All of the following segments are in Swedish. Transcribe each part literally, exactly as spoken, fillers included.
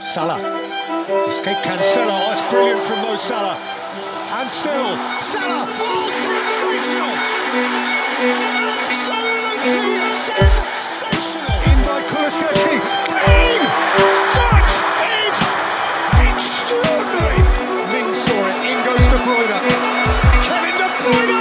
Salah. Escape Cancelo. Oh, that's brilliant from Mo Salah. And still, Salah. Oh, sensational! Absolutely sensational! In by Kulusevski. Bang! That is extraordinary! Ming saw it. In goes De Bruyne. Kevin De Bruyne!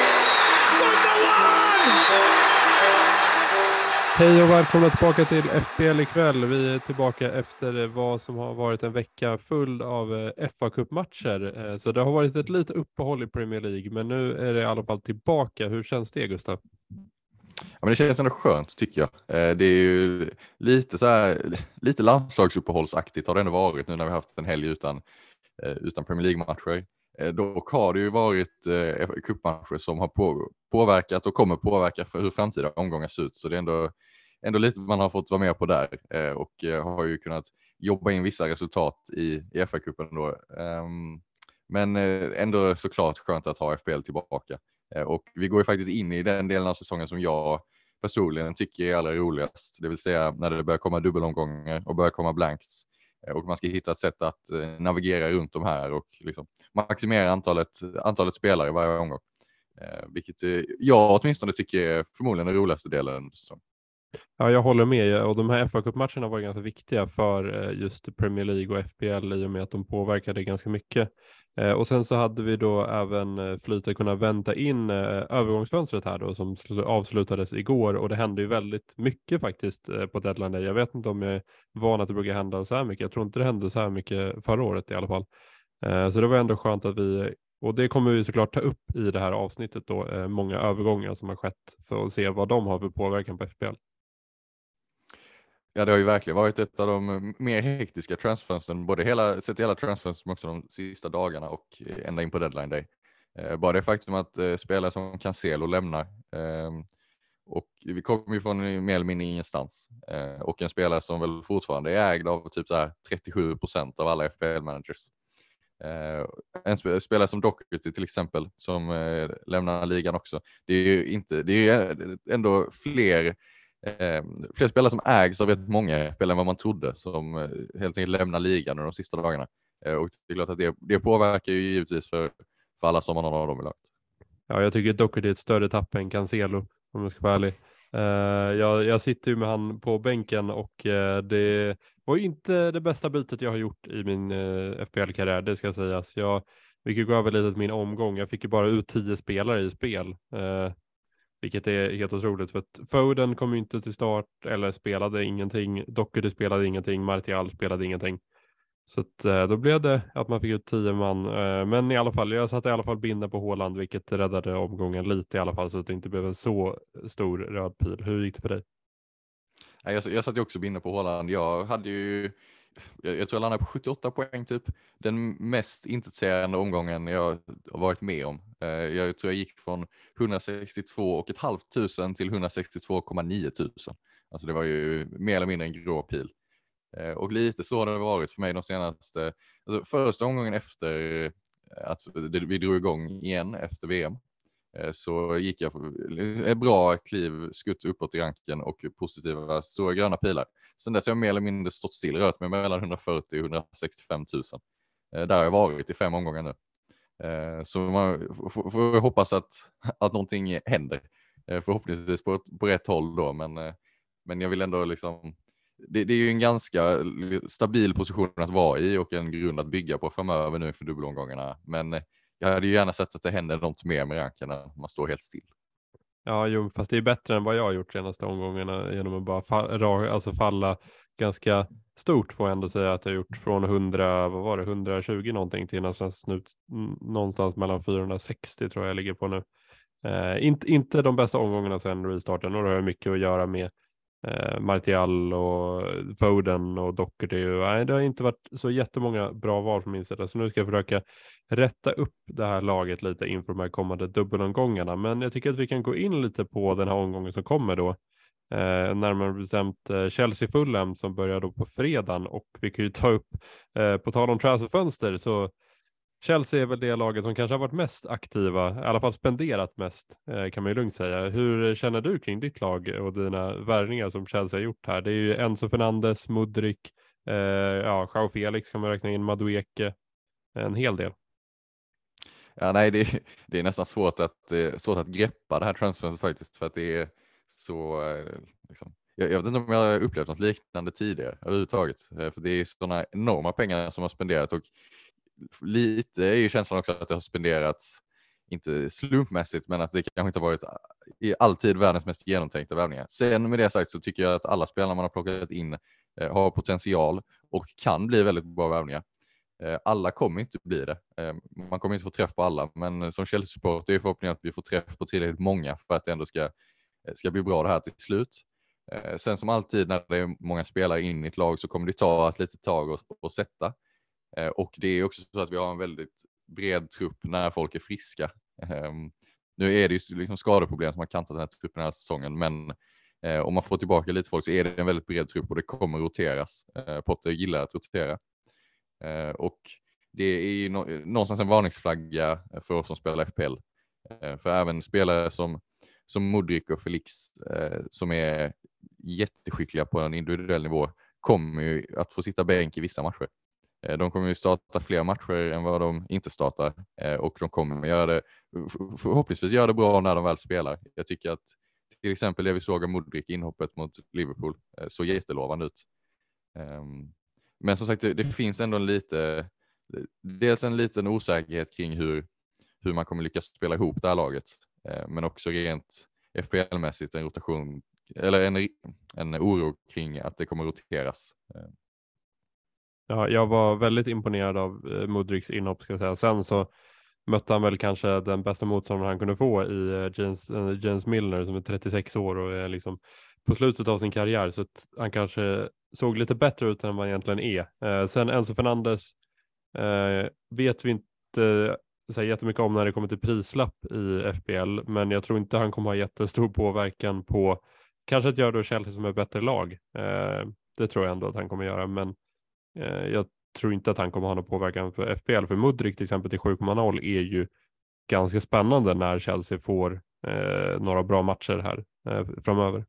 Hej och välkomna tillbaka till F B L ikväll. Vi är tillbaka efter vad som har varit en vecka full av F A-cupmatcher. Så det har varit ett lite uppehåll i Premier League, men nu är det i alla fall tillbaka. Hur känns det, Gustav? Ja, men det känns ändå skönt, tycker jag. Det är ju lite så här, lite landslagsuppehållsaktigt har det ändå varit nu när vi har haft en helg utan, utan Premier League-matcher. Dock har det ju varit eh, cupmatcher som har på, påverkat och kommer påverka för hur framtida omgångar ser ut. Så det är ändå, ändå lite man har fått vara med på där eh, och eh, har ju kunnat jobba in vissa resultat i, i F A-cupen då. Um, men eh, ändå såklart skönt att ha F B L tillbaka. Eh, och vi går ju faktiskt in i den delen av säsongen som jag personligen tycker är allra roligast. Det vill säga när det börjar komma dubbelomgångar och börjar komma blanks. Och man ska hitta ett sätt att eh, navigera runt de här och liksom maximera antalet, antalet spelare i varje omgång. Eh, vilket eh, jag åtminstone tycker är förmodligen den roligaste delen. Så. Ja, jag håller med. Och de här F A-cupmatcherna var ganska viktiga för just Premier League och F B L i och med att de påverkade ganska mycket. Och sen så hade vi då även flytet kunna vänta in övergångsfönstret här då som avslutades igår. Och det hände ju väldigt mycket faktiskt på deadline day. Jag vet inte om jag är van att det brukar hända så här mycket. Jag tror inte det hände så här mycket förra året i alla fall. Så det var ändå skönt att vi... Och det kommer vi såklart ta upp i det här avsnittet då. Många övergångar som har skett för att se vad de har för påverkan på F B L. Ja, det har ju verkligen varit ett av de mer hektiska transferfönstren, både hela, sett hela transferfönstren också de sista dagarna och ända in på deadline day. Eh, bara det faktum att eh, spelare som Cancelo lämnar eh, och vi kommer ju från mer eller mindre ingenstans eh, och en spelare som väl fortfarande är ägd av typ så här trettiosju procent av alla F B L-managers. Eh, en sp- spelare som Doherty till exempel som eh, lämnar ligan också. Det är ju inte, det är ju ändå fler Eh, fler spelare som ägs av vet många spelare än vad man trodde som eh, helt enkelt lämnar ligan de sista dagarna. Eh, och det är klart att det, det påverkar ju givetvis för, för alla som har någon av dem i laget. Ja, jag tycker Doherty är ett större tapp än Cancelo om jag ska vara ärlig. Uh, jag, jag sitter ju med han på bänken och uh, det var ju inte det bästa bytet jag har gjort i min uh, F B L-karriär, det ska sägas. Jag, vi kan gå över lite till min omgång. Jag fick ju bara ut tio spelare i spel. Uh, Vilket är helt otroligt för att Foden kom ju inte till start eller spelade ingenting. Doherty spelade ingenting. Martial spelade ingenting. Så att, då blev det att man fick ut tio man. Men i alla fall, jag satte i alla fall binda på Haaland vilket räddade omgången lite i alla fall så att det inte blev en så stor röd pil. Hur gick det för dig? Jag, jag satte också binda på Haaland. Jag hade ju Jag, jag tror jag landade på sjuttioåtta poäng typ. Den mest intetsägande omgången jag har varit med om. Jag tror jag gick från hundrasextiotvå och ett halvt tusen till hundrasextiotvå komma nio tusen. Alltså det var ju mer eller mindre en grå pil. Och lite så har det varit för mig de senaste... Alltså första omgången efter att vi drog igång igen efter V M. Så gick jag ett bra kliv skutt uppåt i ranken och positiva stora gröna pilar. Sen dess har jag mer eller mindre stått still, rört mig mellan hundrafyrtio och hundrasextiofem tusen. Där har jag varit i fem omgångar nu. Så man får, får hoppas att, att någonting händer. Förhoppningsvis på, på rätt håll då. Men, men jag vill ändå liksom... Det, det är ju en ganska stabil position att vara i och en grund att bygga på framöver nu för dubbelomgångarna. Men jag hade ju gärna sett att det händer något mer med ranken när man står helt still. Ja, jo, fast det är bättre än vad jag har gjort senaste omgångarna genom att bara falla, alltså falla ganska stort får jag ändå säga att jag har gjort från hundra, vad var det, hundratjugo någonting till någonstans, snut, någonstans mellan fyrahundrasextio tror jag ligger på nu. Eh, inte, inte de bästa omgångarna sedan restarten och det har mycket att göra med eh, Martial och Foden och Doherty. Nej, det har inte varit så jättemånga bra val från min sida så nu ska jag försöka rätta upp det här laget lite inför de här kommande dubbelomgångarna. Men jag tycker att vi kan gå in lite på den här omgången som kommer då. Eh, närmare bestämt eh, Chelsea-Fulham som börjar då på fredagen och vi kan ju ta upp eh, på tal om transferfönster så Chelsea är väl det laget som kanske har varit mest aktiva, i alla fall spenderat mest eh, kan man ju lugnt säga. Hur känner du kring ditt lag och dina värvningar som Chelsea har gjort här? Det är ju Enzo Fernandes, Mudryk, Eh, ja, Joao Felix kan man räkna in, Madueke, en hel del. Ja, nej, det, det är nästan svårt att, eh, svårt att greppa det här transfers faktiskt, för att det är så, eh, liksom, jag, jag vet inte om jag har upplevt något liknande tidigare överhuvudtaget, eh, för det är sådana enorma pengar som har spenderats, och lite är ju känslan också att det har spenderats, inte slumpmässigt, men att det kanske inte har varit i alltid världens mest genomtänkta värvningar. Sen med det sagt så tycker jag att alla spelare man har plockat in eh, har potential och kan bli väldigt bra värvningar. Alla kommer inte bli det. Man kommer inte få träff på alla, men som Chelsea-support är förhoppningen att vi får träff på tillräckligt många för att det ändå ska, ska bli bra det här till slut. Sen som alltid när det är många spelare in i ett lag så kommer det ta ett litet tag att, att sätta. Och det är också så att vi har en väldigt bred trupp när folk är friska. Nu är det ju liksom skadeproblem som har kantat den här truppen den här säsongen, men om man får tillbaka lite folk så är det en väldigt bred trupp och det kommer roteras. Potter gillar att rotera. Uh, och det är ju no- någonstans en varningsflagga för oss som spelar F P L. Uh, för även spelare som, som Mudryk och Felix uh, som är jätteskickliga på en individuell nivå kommer ju att få sitta bänk i vissa matcher. Uh, de kommer ju starta fler matcher än vad de inte startar, uh, och de kommer göra det, förhoppningsvis göra det bra när de väl spelar. Jag tycker att till exempel det vi såg av Mudryk inhoppet mot Liverpool uh, såg jättelovande ut. Um, Men som sagt, det, det finns ändå en lite, dels en liten osäkerhet kring hur, hur man kommer lyckas spela ihop det här laget. Eh, men också rent F P L-mässigt en rotation, eller en, en oro kring att det kommer roteras. Eh. Ja, jag var väldigt imponerad av eh, Mudryks inhopp, ska jag säga. Sen så mötte han väl kanske den bästa motståndaren han kunde få i eh, James, eh, James Milner som är trettiosex år och är liksom på slutet av sin karriär, så att han kanske såg lite bättre ut än vad han egentligen är. Eh, sen Enzo Fernandes eh, vet vi inte så jättemycket om när det kommer till prislapp i F P L, men jag tror inte han kommer ha jättestor påverkan på kanske att göra då Chelsea som är ett bättre lag. Eh, det tror jag ändå att han kommer göra, men eh, jag tror inte att han kommer ha någon påverkan för F P L. För Mudryk till exempel till sju komma noll är ju ganska spännande när Chelsea får eh, några bra matcher här eh, framöver.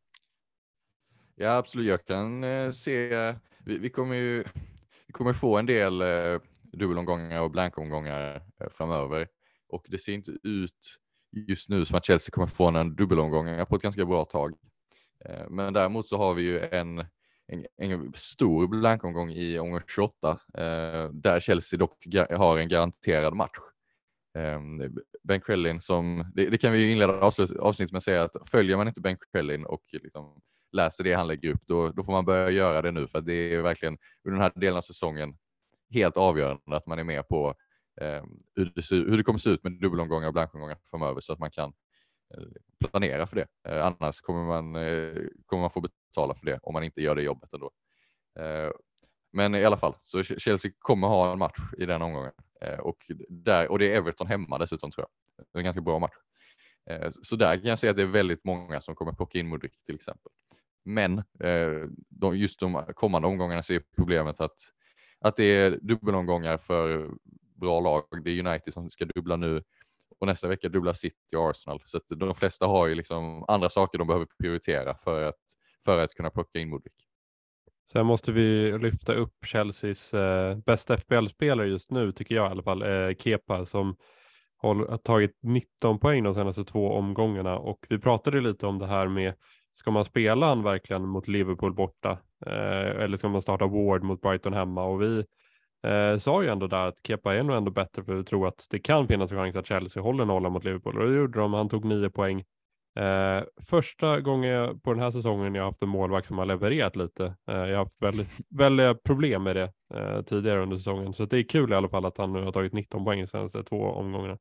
Ja, absolut. Jag kan eh, se, vi, vi kommer ju vi kommer få en del eh, dubbelomgångar och blankomgångar eh, framöver. Och det ser inte ut just nu som att Chelsea kommer få en dubbelomgångar på ett ganska bra tag. Eh, men däremot så har vi ju en, en, en stor blankomgång i omgång tjugoåtta eh, där Chelsea dock ga- har en garanterad match. Eh, Ben Crellin som, det, det kan vi ju inleda avslut, avsnitt med att säga att följer man inte Ben Crellin och liksom läser det han lägger upp, då, då får man börja göra det nu, för det är verkligen under den här delen av säsongen helt avgörande att man är med på eh, hur, det ser, hur det kommer se ut med dubbelomgångar och blankomgångar framöver, så att man kan eh, planera för det. Eh, annars kommer man, eh, kommer man få betala för det om man inte gör det jobbet ändå. Eh, men i alla fall, så Chelsea kommer ha en match i den omgången. Eh, och, där, och det är Everton hemma dessutom, tror jag. Det är en ganska bra match. Eh, så där kan jag säga att det är väldigt många som kommer plocka in Mudryk till exempel. Men eh, de, just de kommande omgångarna så är problemet att, att det är dubbelomgångar för bra lag. Det är United som ska dubbla nu och nästa vecka dubbla City och Arsenal. Så att de flesta har ju liksom andra saker de behöver prioritera för att, för att kunna plocka in Mudryk. Sen måste vi lyfta upp Chelseas eh, bästa F P L-spelare just nu, tycker jag i alla fall, eh, Kepa, som har tagit nitton poäng de senaste två omgångarna. Och vi pratade lite om det här med, ska man spela han verkligen mot Liverpool borta? Eh, eller ska man starta Ward mot Brighton hemma? Och vi eh, sa ju ändå där att Kepa är nog ändå bättre, för vi tror att det kan finnas en chans att Chelsea håller nollan mot Liverpool. Och det gjorde de, han tog nio poäng. Eh, första gången jag, på den här säsongen jag har haft en målvakt som har levererat lite. Eh, jag har haft väldigt, väldigt problem med det eh, tidigare under säsongen. Så det är kul i alla fall att han nu har tagit nitton poäng senaste två omgångarna.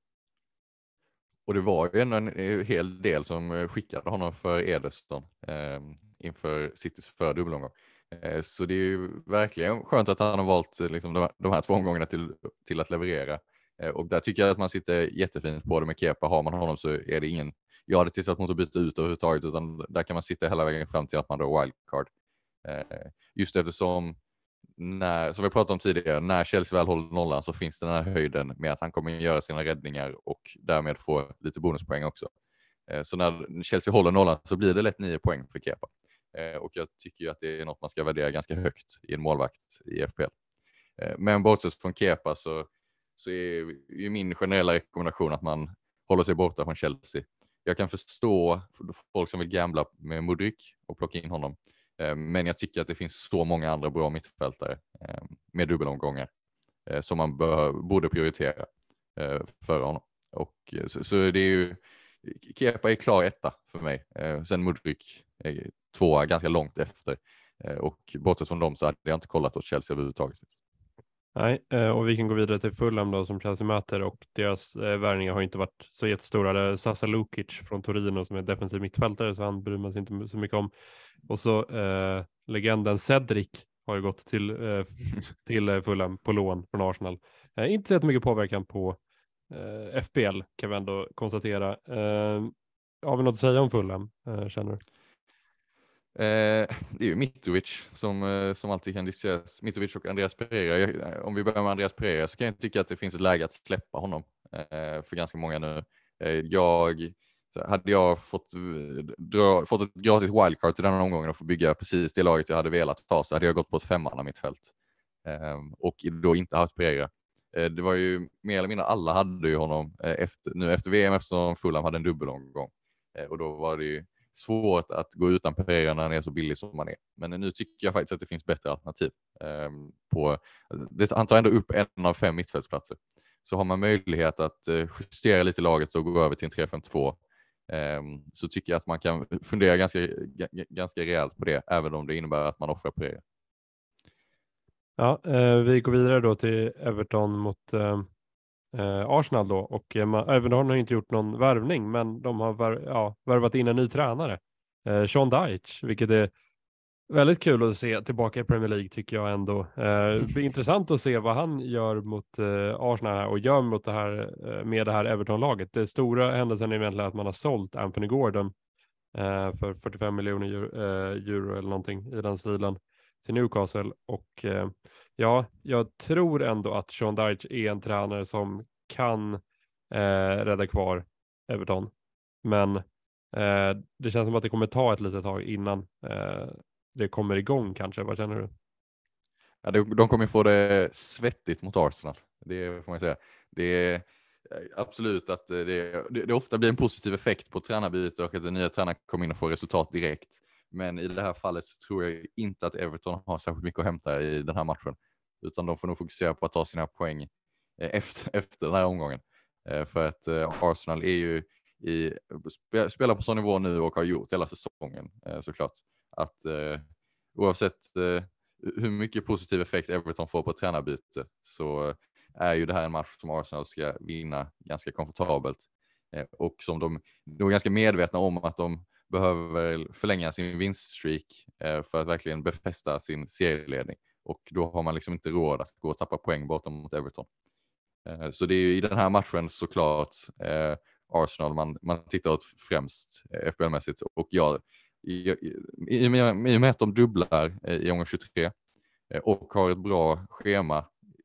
Och det var ju en, en hel del som skickade honom för Ederson eh, inför Citys för dubbelomgång. Eh, så det är ju verkligen skönt att han har valt liksom, de, de här två omgångarna till, till att leverera. Eh, och där tycker jag att man sitter jättefint på det med Kepa. Har man honom så är det ingen, jag hade tittat mot att byta ut överhuvudtaget, utan där kan man sitta hela vägen fram till att man drar wildcard. Eh, just eftersom, när, som vi pratade om tidigare, när Chelsea väl håller nollan så finns den här höjden med att han kommer göra sina räddningar och därmed få lite bonuspoäng också. Eh, så när Chelsea håller nollan så blir det lätt nio poäng för Kepa. Eh, och jag tycker ju att det är något man ska värdera ganska högt i en målvakt i F P L. Eh, men bortsett från Kepa så, så är ju min generella rekommendation att man håller sig borta från Chelsea. Jag kan förstå folk som vill gambla med Mudryk och plocka in honom. Eh, men jag tycker att det finns så många andra bra mittfältare eh, med dubbelomgångar eh, som man bör, borde prioritera eh, för honom. Och, så, så det är ju Kepa är klar etta för mig. Eh, sen Mudryk är tvåa ganska långt efter. Eh, och bortsett från dem så hade jag inte kollat åt Chelsea överhuvudtaget. Nej, och vi kan gå vidare till Fulham då som Chelsea möter, och deras eh, värvningar har inte varit så jättestora. Det är Sasa Lukic från Torino som är defensiv mittfältare, så han bryr man sig inte så mycket om. Och så eh, legenden Cedric har ju gått till, eh, till Fulham på lån från Arsenal. Eh, inte så jättemycket påverkan på eh, F P L kan vi ändå konstatera. Eh, har vi något att säga om Fulham, eh, känner du? Eh, det är ju Mitrovic som, eh, som alltid kan diskuteras. Mitrovic och Andreas Pereira. Jag, om vi börjar med Andreas Pereira så kan jag tycka att det finns ett läge att släppa honom eh, för ganska många nu. Eh, jag, hade jag fått, dra, fått ett gratis wildcard till den här omgången och få bygga precis det laget jag hade velat ta, så hade jag gått på ett femman av mitt fält. Eh, och då inte haft Pereira. Eh, det var ju mer eller mindre alla hade ju honom eh, efter, nu efter V M, eftersom Fulham hade en dubbelomgång. Eh, och då var det ju svårt att gå utan Pereira när han är så billig som man är. Men nu tycker jag faktiskt att det finns bättre alternativ. Eh, på, det, han tar ändå upp en av fem mittfältsplatser. Så har man möjlighet att eh, justera lite laget och gå över till en tre fem två eh, så tycker jag att man kan fundera ganska, g- ganska rejält på det, även om det innebär att man offrar Pereira. Ja, eh, vi går vidare då till Everton mot eh, eh, Arsenal då, och eh, man, Everton har inte gjort någon värvning, men de har vär, ja, värvat in en ny tränare, eh, Sean Dyche, vilket är väldigt kul att se tillbaka i Premier League, tycker jag ändå. Eh, det blir intressant att se vad han gör mot eh, Arsenal här, och gör mot det här, eh, med det här Everton-laget. Det stora händelsen är egentligen att man har sålt Anthony Gordon eh, för fyrtiofem miljoner euro, eh, euro eller någonting i den stilen till Newcastle, och eh, ja, jag tror ändå att Sean Dyche är en tränare som kan eh, rädda kvar Everton, men eh, det känns som att det kommer ta ett litet tag innan eh, det kommer igång kanske. Vad känner du? Ja, de, de kommer få det svettigt mot Arsenal. Det får man säga. Det är absolut att det, det, det ofta blir en positiv effekt på tränarbyte och att den nya tränaren kommer in och får resultat direkt. Men i det här fallet så tror jag inte att Everton har särskilt mycket att hämta i den här matchen. Utan de får nog fokusera på att ta sina poäng efter, efter den här omgången. För att Arsenal är ju i, spelar på sån nivå nu och har gjort hela säsongen såklart. Att eh, oavsett eh, hur mycket positiv effekt Everton får på ett tränarbyte, så är ju det här en match som Arsenal ska vinna ganska komfortabelt. Eh, och som de, de är ganska medvetna om att de behöver förlänga sin vinststreak eh, för att verkligen befästa sin serieledning. Och då har man liksom inte råd att gå och tappa poäng bortom mot Everton. Eh, så det är ju i den här matchen såklart eh, Arsenal man, man tittar åt främst eh, F P L-mässigt. Och jag I, i, i, i och med att de dubblar i omgång tjugotre och har ett bra schema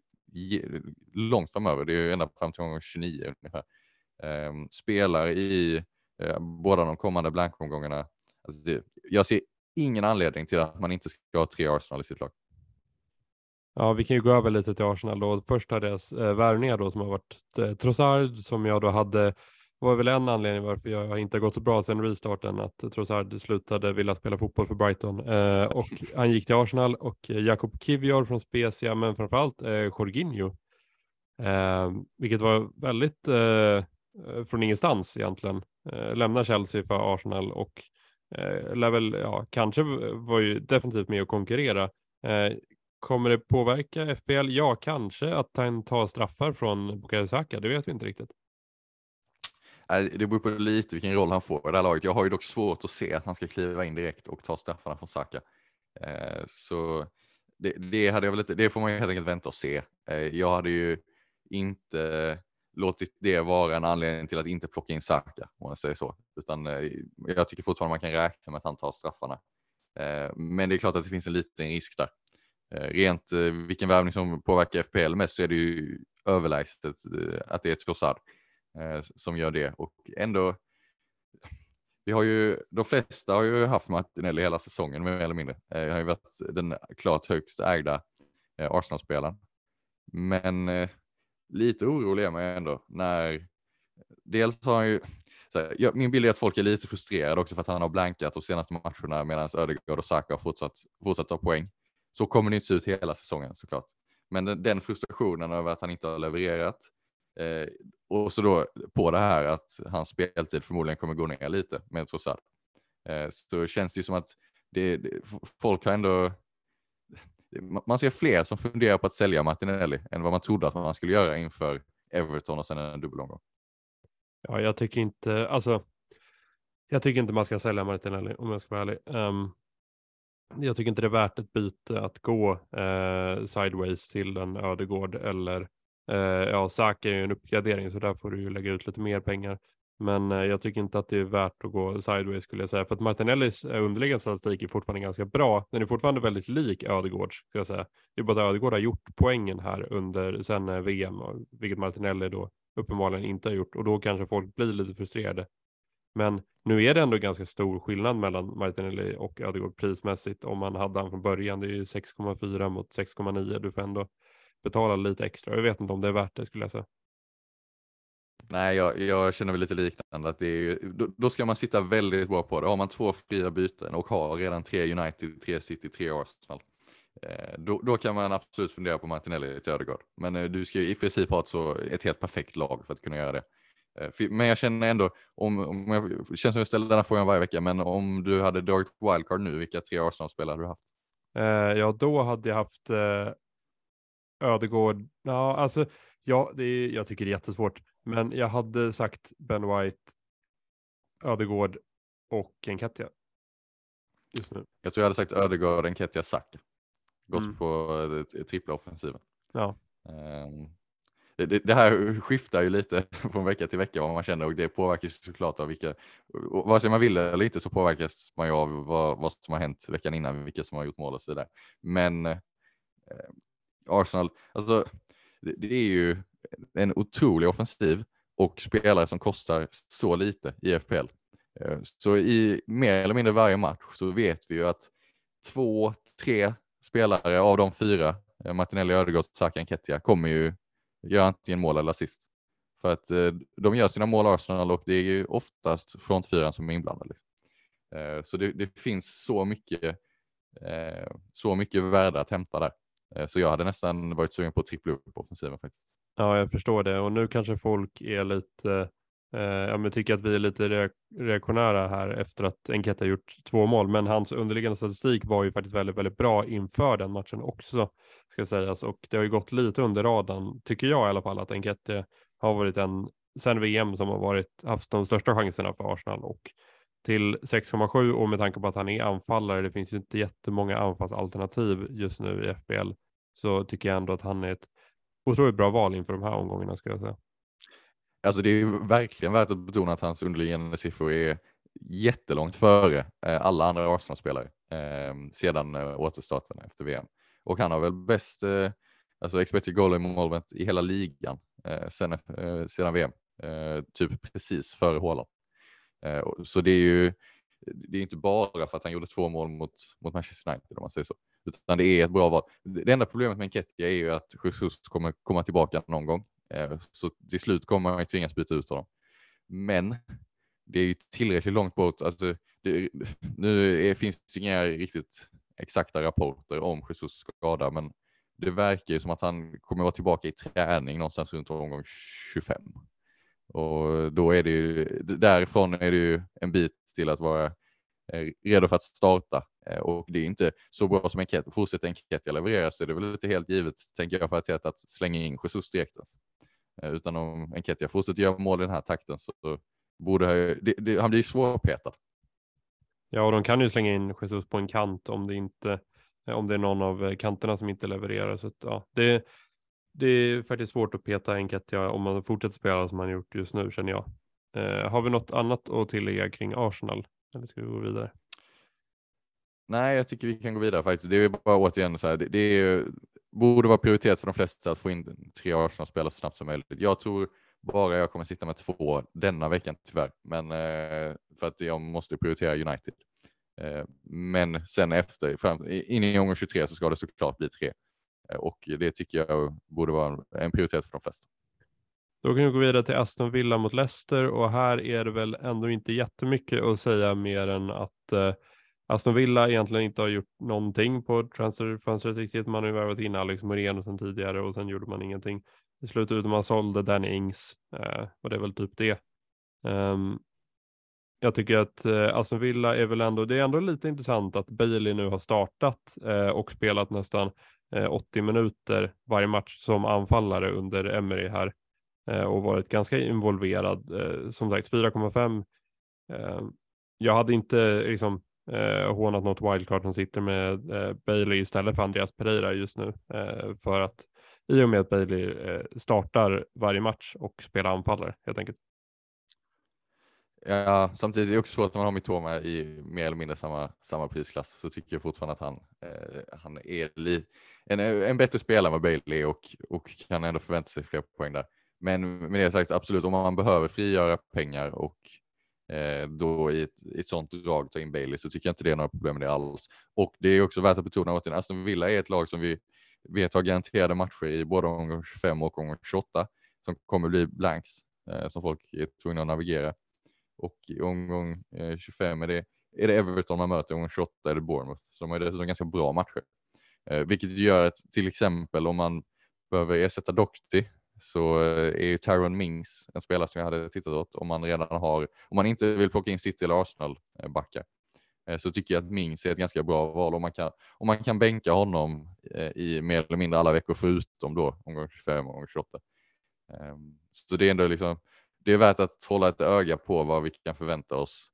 långt framöver, det är ju ända fram till omgång tjugonio ungefär, um, spelar i uh, båda de kommande blankomgångarna. Alltså det, jag ser ingen anledning till att man inte ska ha tre Arsenal i sitt lag. Ja, vi kan ju gå över lite till Arsenal då. Först har deras eh, värvningar då som har varit eh, Trossard, som jag då hade, var väl en anledning varför jag inte har gått så bra sedan restarten, att Trossard slutade vilja spela fotboll för Brighton. Eh, och han gick till Arsenal, och Jakob Kivior från Spezia, men framförallt eh, Jorginho. Eh, vilket var väldigt eh, från ingenstans egentligen. Eh, lämnar Chelsea för Arsenal, och eh, lär väl, ja, kanske var ju definitivt med att konkurrera. Eh, kommer det påverka F P L? Ja, kanske att han tar straffar från Bukayo Saka, det vet vi inte riktigt. Det beror på lite vilken roll han får i det här laget. Jag har ju dock svårt att se att han ska kliva in direkt och ta straffarna från Saka. Så det, det, hade jag väl inte, det får man ju helt enkelt vänta och se. Jag hade ju inte låtit det vara en anledning till att inte plocka in Saka, om jag säger så. Utan jag tycker fortfarande man kan räkna med att han tar straffarna. Men det är klart att det finns en liten risk där. Rent vilken värvning som påverkar F P L mest, så är det ju överlägset att det är Trossard som gör det. Och ändå, vi har ju, de flesta har ju haft Martinelli hela säsongen mer eller mindre. Eh, han har ju varit den klart högst ägda eh, Arsenal-spelaren. Men eh, lite orolig är man ändå när dels har han ju så här, jag, min bild är att folk är lite frustrerade också för att han har blankat de senaste matcherna medan Ödegaard och Saka har fortsatt, fortsatt ta poäng. Så kommer det inte se ut hela säsongen såklart. Men den, den frustrationen över att han inte har levererat eh, och så då på det här att hans speltid förmodligen kommer gå ner lite med Trossard. Eh, så känns det ju som att det, det, folk har ändå man ser fler som funderar på att sälja Martinelli än vad man trodde att man skulle göra inför Everton och sen en dubbelomgång. Ja, jag tycker inte, alltså jag tycker inte man ska sälja Martinelli om jag ska vara ärlig. Um, jag tycker inte det är värt ett byte att gå uh, sideways till en Ödegaard eller uh, ja, Saka är ju en uppgradering så där får du ju lägga ut lite mer pengar. Men uh, jag tycker inte att det är värt att gå sideways skulle jag säga. För att Martinellis underliggande statistik är fortfarande ganska bra. Den är fortfarande väldigt lik Ödegaard ska jag säga. Det är bara att Ödegaard har gjort poängen här under sen uh, V M, vilket Martinelli då uppenbarligen inte har gjort och då kanske folk blir lite frustrerade. Men nu är det ändå ganska stor skillnad mellan Martinelli och Ödegaard prismässigt om man hade han från början. Det är ju sex komma fyra mot sex komma nio. Du får ändå betala lite extra. Jag vet inte om det är värt det skulle jag säga. Nej, jag, jag känner väl lite liknande. Att det är, då, då ska man sitta väldigt bra på det. Har man två fria byten och har redan tre United, tre City, tre Arsenal. Eh, då, då kan man absolut fundera på Martinelli till Ödegaard. Men eh, du ska ju i princip ha ett, så, ett helt perfekt lag för att kunna göra det. Eh, men jag känner ändå, om, om jag, det känns som jag ställer den här frågan varje vecka, men om du hade dragit wildcard nu, vilka tre Arsenal-spelare hade du haft? Eh, ja, då hade jag haft eh, Ödegaard. Ja, alltså, ja, det är, jag tycker det är jättesvårt. Men jag hade sagt Ben White, Ödegaard och Nketiah just nu. Jag tror jag hade sagt Ödegaard, Nketiah, Saka. Gått Mm. på eh, trippla offensiven. Ja. Um, det, det, det här skiftar ju lite från vecka till vecka vad man känner och det påverkas såklart av vilka, vare sig man vill eller inte så påverkas man ju av vad, vad som har hänt veckan innan, vilka som har gjort mål och så vidare. Men eh, Arsenal, alltså det, det är ju en otrolig offensiv och spelare som kostar så lite i F P L. Eh, så i mer eller mindre varje match så vet vi ju att två, tre spelare av de fyra, Martinelli, Ödegaard, Saka, Nketiah, kommer ju göra antingen mål eller assist. För att eh, de gör sina mål Arsenal och det är ju oftast frontfyran som är inblandad. Liksom. Eh, så det, det finns så mycket eh, så mycket värde att hämta där. Eh, så jag hade nästan varit sugen på att trippla upp på offensiven faktiskt. Ja, jag förstår det. Och nu kanske folk är lite, eh, ja, men tycker att vi är lite reak- reaktionära här efter att Nketiah gjort två mål. Men hans underliggande statistik var ju faktiskt väldigt, väldigt bra inför den matchen också, ska sägas. Och det har ju gått lite under radarn, tycker jag i alla fall, att Nketiah har varit en, sen V M som har varit, haft de största chanserna för Arsenal. Och till sex komma sju och med tanke på att han är anfallare, det finns ju inte jättemånga anfallsalternativ just nu i F B L, så tycker jag ändå att han är ett otroligt bra val inför de här omgångarna ska jag säga. Alltså det är ju verkligen värt att betona att hans underliggande siffror är jättelångt före eh, alla andra Arsenal-spelare eh, sedan eh, återstarten efter V M. Och han har väl bäst eh, alltså expected goal involvement i hela ligan eh, sen, eh, sedan V M. Eh, typ precis före Haaland. Eh, så det är ju det är inte bara för att han gjorde två mål mot, mot Manchester United om man säger så. Utan det är ett bra val. Det enda problemet med Nketiah är ju att Jesus kommer komma tillbaka någon gång. Så till slut kommer man tvingas byta ut honom. Men det är ju tillräckligt långt bort. Alltså, det, nu är, finns det inga riktigt exakta rapporter om Jesus skada. Men det verkar ju som att han kommer vara tillbaka i träning någonstans runt omgång tjugofem. Och då är det ju, därifrån är det ju en bit till att vara redo för att starta. Och det är inte så bra som Nketiah. Fortsätter Nketiah leverera så är det väl inte helt givet, tänker jag, för att, att slänga in Jesus direkt. Utan om Nketiah fortsätter göra mål i den här takten så borde det, det, han blir svårpetad. Ja, och de kan ju slänga in Jesus på en kant om det inte om det är någon av kanterna som inte levererar. Så att, ja, det, det är faktiskt svårt att peta Nketiah om man fortsätter spela som man gjort just nu, känner jag. Eh, har vi något annat att tillägga kring Arsenal? Eller ska vi gå vidare? Nej, jag tycker vi kan gå vidare faktiskt. Det är bara återigen så här, det, det är, borde vara prioritet för de flesta att få in tre Arsenal-spelare så snabbt som möjligt. Jag tror bara jag kommer sitta med två denna veckan tyvärr. Men eh, för att jag måste prioritera United. Eh, men sen efter, fram, in i omgång tjugotre så ska det såklart bli tre. Eh, och det tycker jag borde vara en prioritet för de flesta. Då kan vi gå vidare till Aston Villa mot Leicester, och här är det väl ändå inte jättemycket att säga mer än att eh, Aston Villa egentligen inte har gjort någonting på transferfönstret riktigt. Man har ju värvat in Alex Moreno sen tidigare och sen gjorde man ingenting. I slutet ut man sålde Danny Ings eh, och det är väl typ det. Um, jag tycker att eh, Aston Villa är väl ändå, det är ändå lite intressant att Bailey nu har startat eh, och spelat nästan eh, åttio minuter varje match som anfallare under Emery här. Och varit ganska involverad. Som sagt fyra komma fem. Jag hade inte liksom hånat något wildcard som sitter med Bailey istället för Andreas Pereira just nu. För att i och med att Bailey startar varje match och spelar anfallare helt enkelt. Ja, samtidigt är det också så att man har Mitoma i mer eller mindre samma, samma prisklass, så tycker jag fortfarande att han, eh, han är li, en, en bättre spelare med Bailey och, och kan ändå förvänta sig fler poäng där. Men med det sagt, absolut, om man behöver frigöra pengar och eh, då i ett, i ett sånt drag ta in Bailey, så tycker jag inte det är några problem med det alls. Och det är också värt att betona att Aston Villa är ett lag som vi vet har garanterade matcher i både omgång tjugofem och omgång tjugoåtta som kommer bli blanks eh, som folk är tvungna att navigera. Och i omgång eh, tjugofem är det, är det Everton man möter, omgång tjugoåtta är det Bournemouth. Så de är dessutom ganska bra matcher. Eh, vilket gör att till exempel om man behöver ersätta Doherty, så är ju Tyrone Mings en spelare som jag hade tittat åt om man redan har, om man inte vill plocka in City eller Arsenal backar, så tycker jag att Mings är ett ganska bra val om man kan, om man kan bänka honom i mer eller mindre alla veckor förutom då omgång tjugofem och omgång tjugoåtta. Så det är ändå liksom, det är värt att hålla ett öga på vad vi kan förvänta oss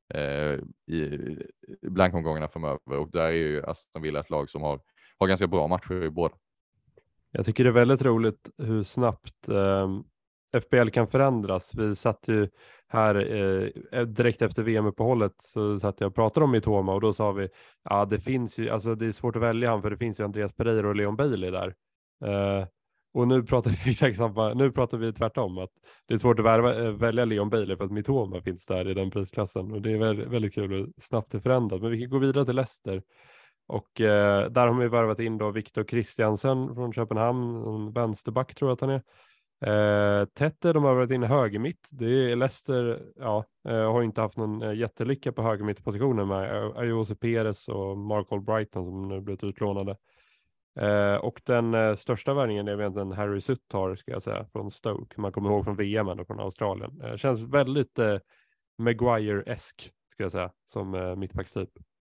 i blankomgångarna framöver, och där är ju Aston Villa ett lag som har, har ganska bra matcher i båda. Jag tycker det är väldigt roligt hur snabbt eh, F P L kan förändras. Vi satt ju här eh, direkt efter V M-uppehållet så satt jag och pratade om Mitoma, och då sa vi ja det finns ju, alltså det är svårt att välja han för det finns ju Andreas Pereira och Leon Bailey där. Eh, och nu pratar vi exakt samma, nu pratar vi tvärtom att det är svårt att värva, välja Leon Bailey för att Mitoma finns där i den prisklassen, och det är väldigt, väldigt kul hur snabbt det förändras. Men vi kan gå vidare till Leicester. Och eh, där har vi värvat in då Victor Christiansen från Köpenhamn, en vänsterback tror jag att han är. Eh, Tette, de har varit in högermitt. Det är Leicester, ja, eh, har inte haft någon eh, jättelycka på högermittpositionen med Ayose Perez och Mark Albrighton som nu blivit utlånade. Eh, och den eh, största värvningen är egentligen Harry Suttar, ska jag säga, från Stoke. Man kommer ihåg från V M och från Australien. Eh, känns väldigt eh, Maguire-esk, ska jag säga, som eh, mittbackstyp.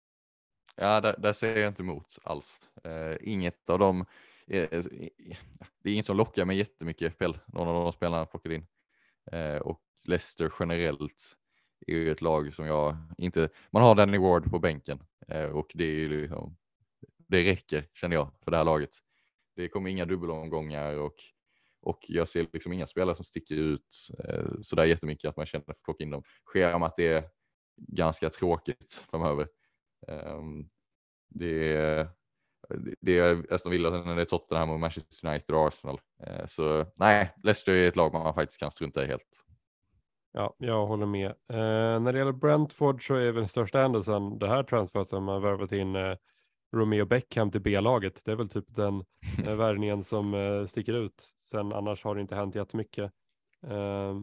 Ja, där, där ser jag inte emot alls. Eh, inget av dem, eh, det är inget som lockar mig jättemycket i F P L, någon av de spelarna plockade in. Eh, och Leicester generellt är ju ett lag som jag inte, man har Danny Ward på bänken eh, och det är ju liksom, det räcker känner jag för det här laget. Det kommer inga dubbelomgångar och, och jag ser liksom inga spelare som sticker ut eh, sådär jättemycket att man känner för att plocka in dem. Sker om att det är ganska tråkigt framöver. Um, det är det är Aston Villa, när det är Tottenham och Manchester United och Arsenal. Uh, så nej, Leicester är ett lag man faktiskt kan strunta i helt. Ja, jag håller med. Uh, när det gäller Brentford så är väl största händelsen det här transfert som har värvat in uh, Romeo Beckham till B-laget. Det är väl typ den uh, värvningen som uh, sticker ut. Sen annars har det inte hänt jättemycket. Uh,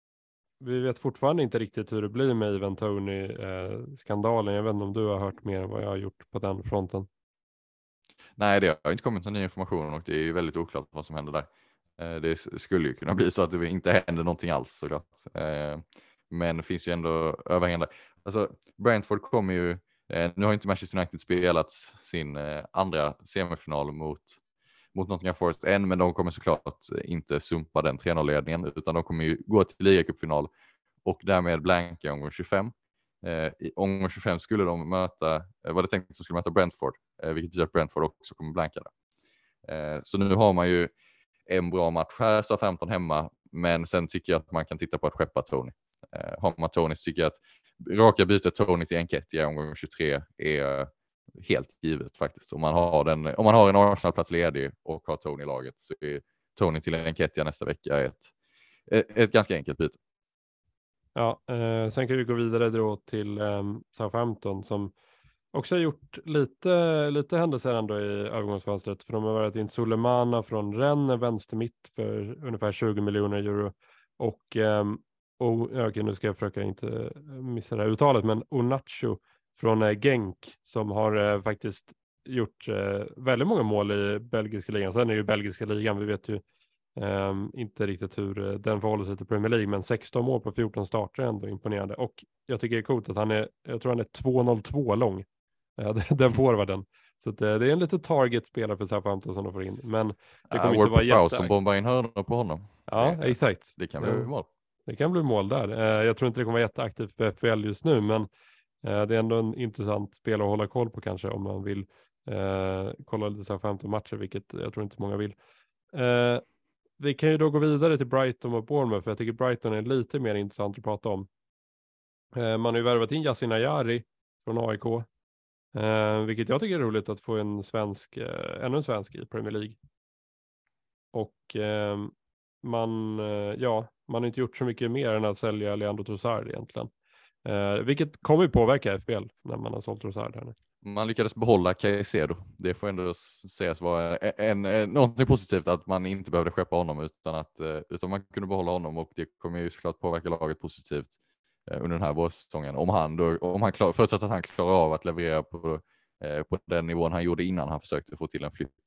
Vi vet fortfarande inte riktigt hur det blir med Ivan Toney-skandalen. Jag vet inte om du har hört mer än vad jag har gjort på den fronten. Nej, det har inte kommit någon ny information och det är ju väldigt oklart vad som händer där. Det skulle ju kunna bli så att det inte händer någonting alls såklart. Men det finns ju ändå överhängande. Alltså, Brentford kommer ju, nu har inte Manchester United spelat sin andra semifinal mot mot Nottingham Forest än, men de kommer såklart inte sumpa den tre noll-ledningen utan de kommer ju gå till ligacupfinal och därmed blanka omgång tjugofem. Eh, I omgång tjugofem skulle de möta, eh, var det tänkt att de skulle möta Brentford, eh, vilket betyder att Brentford också kommer blanka där. Eh, så nu har man ju en bra match här, Southampton hemma, men sen tycker jag att man kan titta på att skeppa Tony. Eh, har man Tony så tycker jag att raka bytet Tony till Enketia i omgång tjugotre är helt givet faktiskt. Om man har, den, om man har en Arsenal-plats ledig och har Tony i laget så är Tony till Enketia nästa vecka ett, ett, ett ganska enkelt byte. Ja, eh, sen kan vi gå vidare då till eh, Southampton som också har gjort lite, lite händelser ändå i övergångsfönstret. För de har varit in Sulemana från Rennes, vänster mitt för ungefär tjugo miljoner euro. Och, eh, och ja, okej, nu ska jag försöka inte missa det här uttalet, men Onacho från eh, Genk som har eh, faktiskt gjort eh, väldigt många mål i belgiska ligan. Sen är ju belgiska ligan, vi vet ju Um, inte riktigt hur uh, den förhåller sig till Premier League, men sexton mål på fjorton starter är ändå imponerande. Och jag tycker det är coolt att han är, jag tror han är två noll två lång, uh, den forwarden. Så att, uh, det är en lite target-spelare för Southampton som de får in. Men det kommer uh, inte vara jätte... som bombar in hörnor på honom. Ja, det, exakt. Det kan bli uh, mål. Det kan bli mål där. Uh, jag tror inte det kommer vara jätteaktivt på F P L just nu, men uh, det är ändå en intressant spel att hålla koll på kanske om man vill uh, kolla lite Southampton-matcher, vilket jag tror inte många vill. Uh, Vi kan ju då gå vidare till Brighton och Bournemouth, för jag tycker Brighton är lite mer intressant att prata om. Eh, man har ju värvat in Yasin Ayari från A I K, eh, vilket jag tycker är roligt att få en svensk, eh, ännu en svensk i Premier League. Och eh, man, eh, ja, man har inte gjort så mycket mer än att sälja Leandro Trossard egentligen. Eh, vilket kommer ju påverka F P L när man har sålt Trossard här nu. Man lyckades behålla Caicedo. Det får ändå sägas vara en, en, någonting positivt att man inte behövde skeppa honom utan att utan man kunde behålla honom, och det kommer ju såklart påverka laget positivt under den här vårsäsongen. Om han då, om han klar, förutsatt att han klarar av att leverera på, på den nivån han gjorde innan han försökte få till en flytt.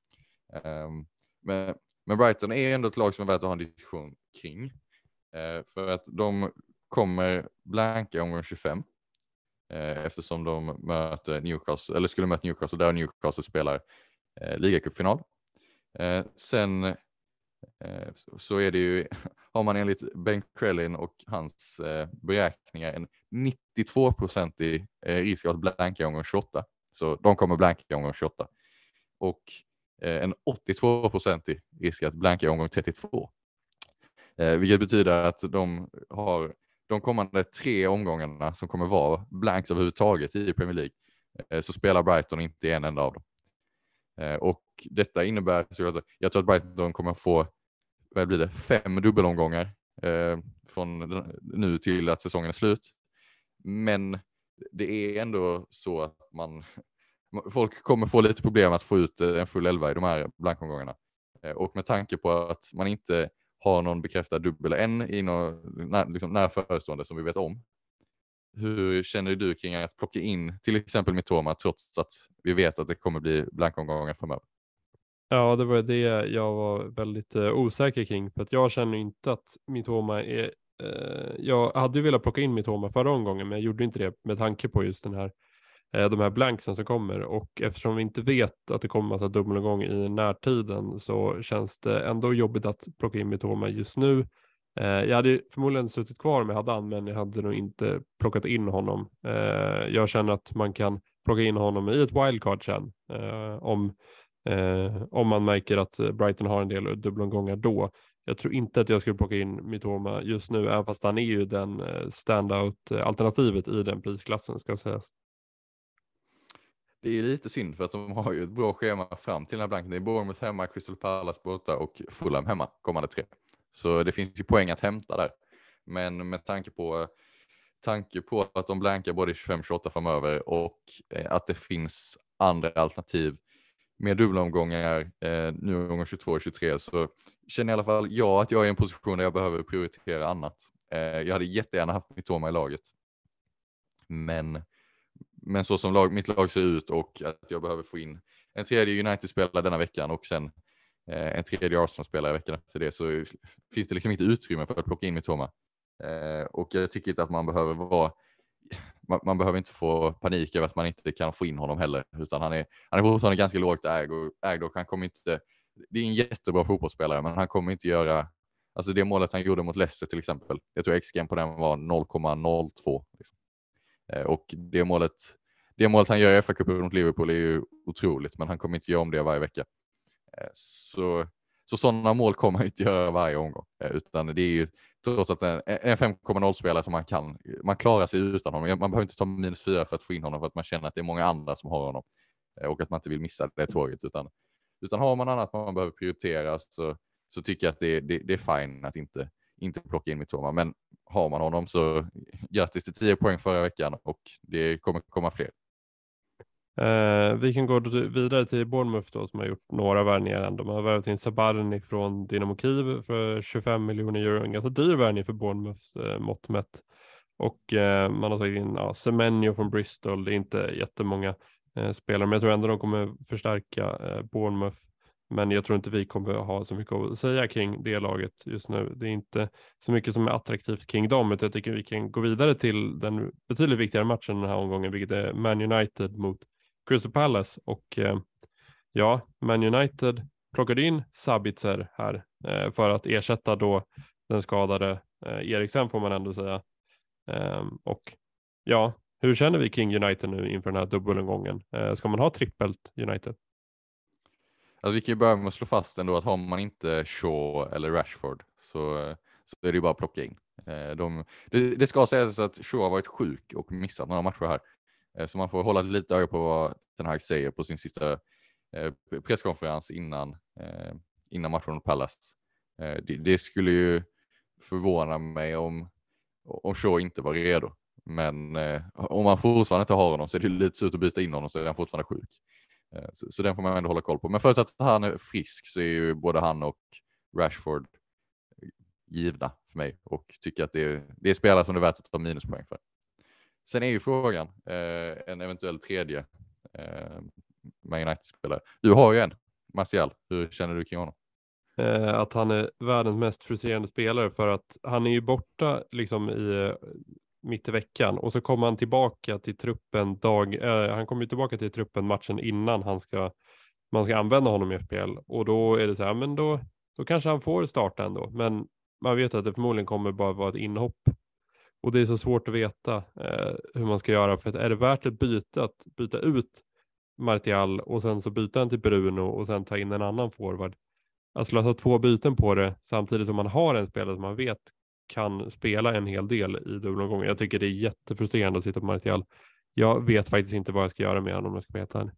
Men, men Brighton är ändå ett lag som är värt att ha en diskussion kring. För att de kommer blanka omgång tjugofem. Eftersom de möter Newcastle, eller skulle möta Newcastle där Newcastle spelar eh, ligacupfinal. Eh, sen eh, så är det ju, har man enligt Ben Crellin och hans eh, beräkningar en nittiotvå procent i eh, risk att blanka i omgång tjugoåtta. Så de kommer blanka i omgång tjugoåtta. Och eh, en åttiotvå procent i risk att blanka i omgång trettiotvå. Eh, vilket betyder att de har de kommande tre omgångarna som kommer vara blanks överhuvudtaget i Premier League, eh, så spelar Brighton inte en enda av dem. Eh, och detta innebär så att jag tror att Brighton kommer få, vad blir det, fem dubbelomgångar eh, från nu till att säsongen är slut. Men det är ändå så att man folk kommer få lite problem att få ut en full elva i de här blankomgångarna. Eh, och med tanke på att man inte har någon bekräftad dubbel än i någon, när, liksom, när förestående som vi vet om. Hur känner du kring att plocka in till exempel Mitoma trots att vi vet att det kommer bli blankomgångar framöver? Ja, det var det jag var väldigt uh, osäker kring, för att jag känner inte att Mitoma är uh, jag hade ju velat plocka in Mitoma förra omgången, men jag gjorde inte det med tanke på just den här uh, de här blanksen som kommer, och eftersom vi inte vet att det kommer att ha dubbelomgång i närtiden så känns det ändå jobbigt att plocka in Mitoma just nu. Uh, jag hade förmodligen suttit kvar med Hadan, men jag hade nog inte plockat in honom. Uh, jag känner att man kan plocka in honom i ett wildcard sen uh, om Eh, om man märker att Brighton har en del dubbelomgångar då. Jag tror inte att jag skulle plocka in Mitoma just nu, även fast han är ju den standout-alternativet i den prisklassen, ska sägas. Det är lite synd för att de har ju ett bra schema fram till den här blanken. Det är Bournemouth hemma, Crystal Palace borta och Fulham hemma kommande tre. Så det finns ju poäng att hämta där. Men med tanke på, tanke på att de blankar både tjugofem tjugoåtta framöver och att det finns andra alternativ med dubbelomgångar eh, nu omgång tjugotvå och tjugotre, så känner i alla fall jag att jag är i en position där jag behöver prioritera annat. Eh, jag hade jättegärna haft Mitoma i laget. Men, men så som lag, mitt lag ser ut och att jag behöver få in en tredje United-spelare denna veckan och sen eh, en tredje Arsenal-spelare veckan efter det, så finns det liksom inte utrymme för att plocka in Mitoma. Eh, och jag tycker inte att man behöver vara Man, man behöver inte få panik över att man inte kan få in honom heller, utan han är, han är fortfarande ganska lågt ägd och, ägd och han kommer inte, det är en jättebra fotbollsspelare, men han kommer inte göra, alltså det målet han gjorde mot Leicester till exempel, jag tror X G på den var noll komma noll två liksom. eh, och det målet det målet han gör i F A-cupen mot Liverpool är ju otroligt, men han kommer inte göra om det varje vecka. eh, så Så sådana mål kommer man inte göra varje omgång, eh, utan det är ju trots att en, en fem komma noll-spelare som man kan, man klarar sig utan honom. Man behöver inte ta minus fyra för att få in honom, för att man känner att det är många andra som har honom eh, och att man inte vill missa det tåget, utan, utan har man annat man behöver prioritera, så, så tycker jag att det, det, det är fine att inte, inte plocka in Mitoma. Men har man honom så grattis till tio poäng förra veckan och det kommer komma fler. Eh, vi kan gå vidare till Bournemouth då, som har gjort några värvningar ändå. De har värvat in Sabarni från Dynamo Kiev för tjugofem miljoner euro. En ganska dyr värvning för Bournemouth eh, mått mätt. Och eh, man har tagit in ja, Semenyo från Bristol. Det är inte jättemånga eh, spelare, men jag tror ändå de kommer förstärka eh, Bournemouth. Men jag tror inte vi kommer ha så mycket att säga kring det laget just nu. Det är inte så mycket som är attraktivt kring dem, utan jag tycker vi kan gå vidare till den betydligt viktigare matchen den här omgången, vilket är Man United mot Crystal Palace. Och eh, ja, Man United plockade in Sabitzer här eh, för att ersätta då den skadade eh, Eriksen, får man ändå säga. Eh, och ja, hur känner vi kring United nu inför den här dubbelomgången? Eh, ska man ha trippelt United? Alltså vi kan ju börja med att slå fast ändå att har man inte Shaw eller Rashford så, så är det ju bara att plocka in. De, det, det ska sägas att Shaw har varit sjuk och missat några matcher här. Så man får hålla lite öga på vad Ten Hag säger på sin sista presskonferens innan, innan matchen mot Palace. Det, det skulle ju förvåna mig om, om Shaw inte var redo. Men om man fortfarande inte har honom så är det lite surt att byta in honom, så är han fortfarande sjuk. Så, så den får man ändå hålla koll på. Men förut att han är frisk så är ju både han och Rashford givna för mig. Och tycker att det är, det är spelare som det är värt att ta minuspoäng för. Sen är ju frågan eh, en eventuell tredje eh, Man United-spelare. Du har ju en, Martial. Hur känner du kring honom? Eh, att han är världens mest frustrerande spelare, för att han är ju borta liksom i mitt i veckan och så kommer han tillbaka till truppen dag eh, han kommer ju tillbaka till truppen matchen innan han ska man ska använda honom i F P L, och då är det så här, men då då kanske han får starta ändå, men man vet att det förmodligen kommer bara vara ett inhopp, och det är så svårt att veta eh, hur man ska göra, för att är det värt ett byte att byta ut Martial och sen så byta han till Bruno och sen ta in en annan forward. Alltså att ha två byten på det samtidigt som man har en spelare som man vet kan spela en hel del i dubbelomgången. Jag tycker det är jättefrustrerande att sitta på Martial. Jag vet faktiskt inte vad jag ska göra med honom om jag ska veta här.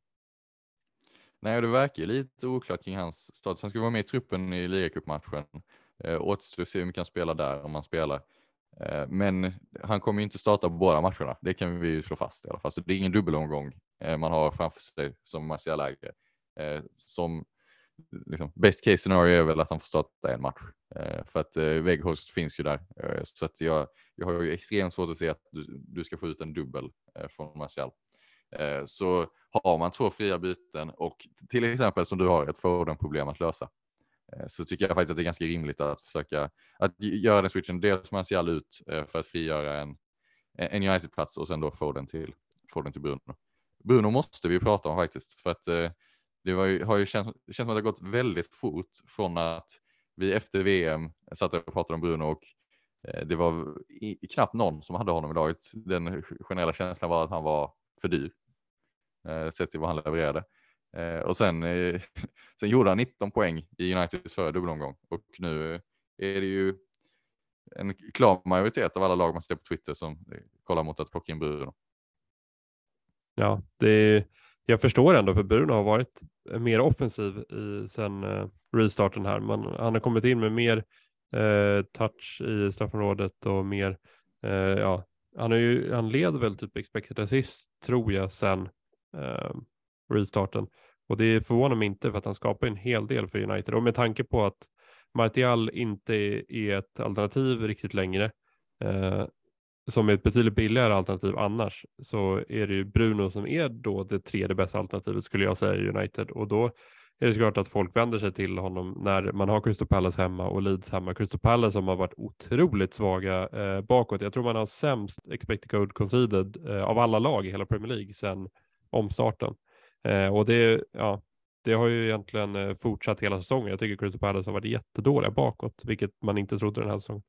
Nej, det verkar lite oklart kring hans status. Han ska vara med i truppen i ligacupmatchen. Eh, återstår att se hur mycket han spelar där, om han spelar. Eh, men han kommer ju inte starta på båda matcherna. Det kan vi ju slå fast i alla fall. Så det är ingen dubbelomgång eh, man har framför sig som Martial äger. Eh, som liksom, best case scenario är väl att han får starta en match. Eh, för att eh, Weghorst finns ju där. Eh, så att jag, jag har ju extremt svårt att se att du, du ska få ut en dubbel eh, från Martial. Eh, så har man två fria byten och till exempel som du har ett Foden-problem att lösa, eh, så tycker jag faktiskt att det är ganska rimligt att försöka att göra den switchen. Dels Martial ut eh, för att frigöra en, en United-plats och sen då Foden till, Foden till Bruno. Bruno måste vi prata om faktiskt, för att eh, det var ju, har ju känts, det känns som att det har gått väldigt fort från att vi efter V M satt och pratade om Bruno och eh, det var i, knappt någon som hade honom i laget. Den generella känslan var att han var för dyr eh, sett till vad han levererade. Eh, och sen, eh, sen gjorde han nitton poäng i Uniteds förra dubbelomgång och nu är det ju en klar majoritet av alla lag man ser på Twitter som kollar mot att plocka in Bruno. Ja, det är, jag förstår ändå, för Bruno har varit mer offensiv i sen uh, restarten här. Man, han har kommit in med mer uh, touch i straffområdet och mer, uh, ja, han, är ju, han leder väl typ expected assist tror jag sen uh, restarten. Och det förvånar mig inte, för att han skapar en hel del för United. Och med tanke på att Martial inte är ett alternativ riktigt längre, uh, som är ett betydligt billigare alternativ annars, så är det ju Bruno som är då det tredje bästa alternativet skulle jag säga i United. Och då är det såklart att folk vänder sig till honom när man har Crystal Palace hemma och Leeds hemma. Crystal Palace som har varit otroligt svaga eh, bakåt. Jag tror man har sämst expected goal conceded eh, av alla lag i hela Premier League sedan omstarten. Eh, och det, ja, det har ju egentligen eh, fortsatt hela säsongen. Jag tycker Crystal Palace har varit jättedåliga bakåt, vilket man inte trodde den här säsongen.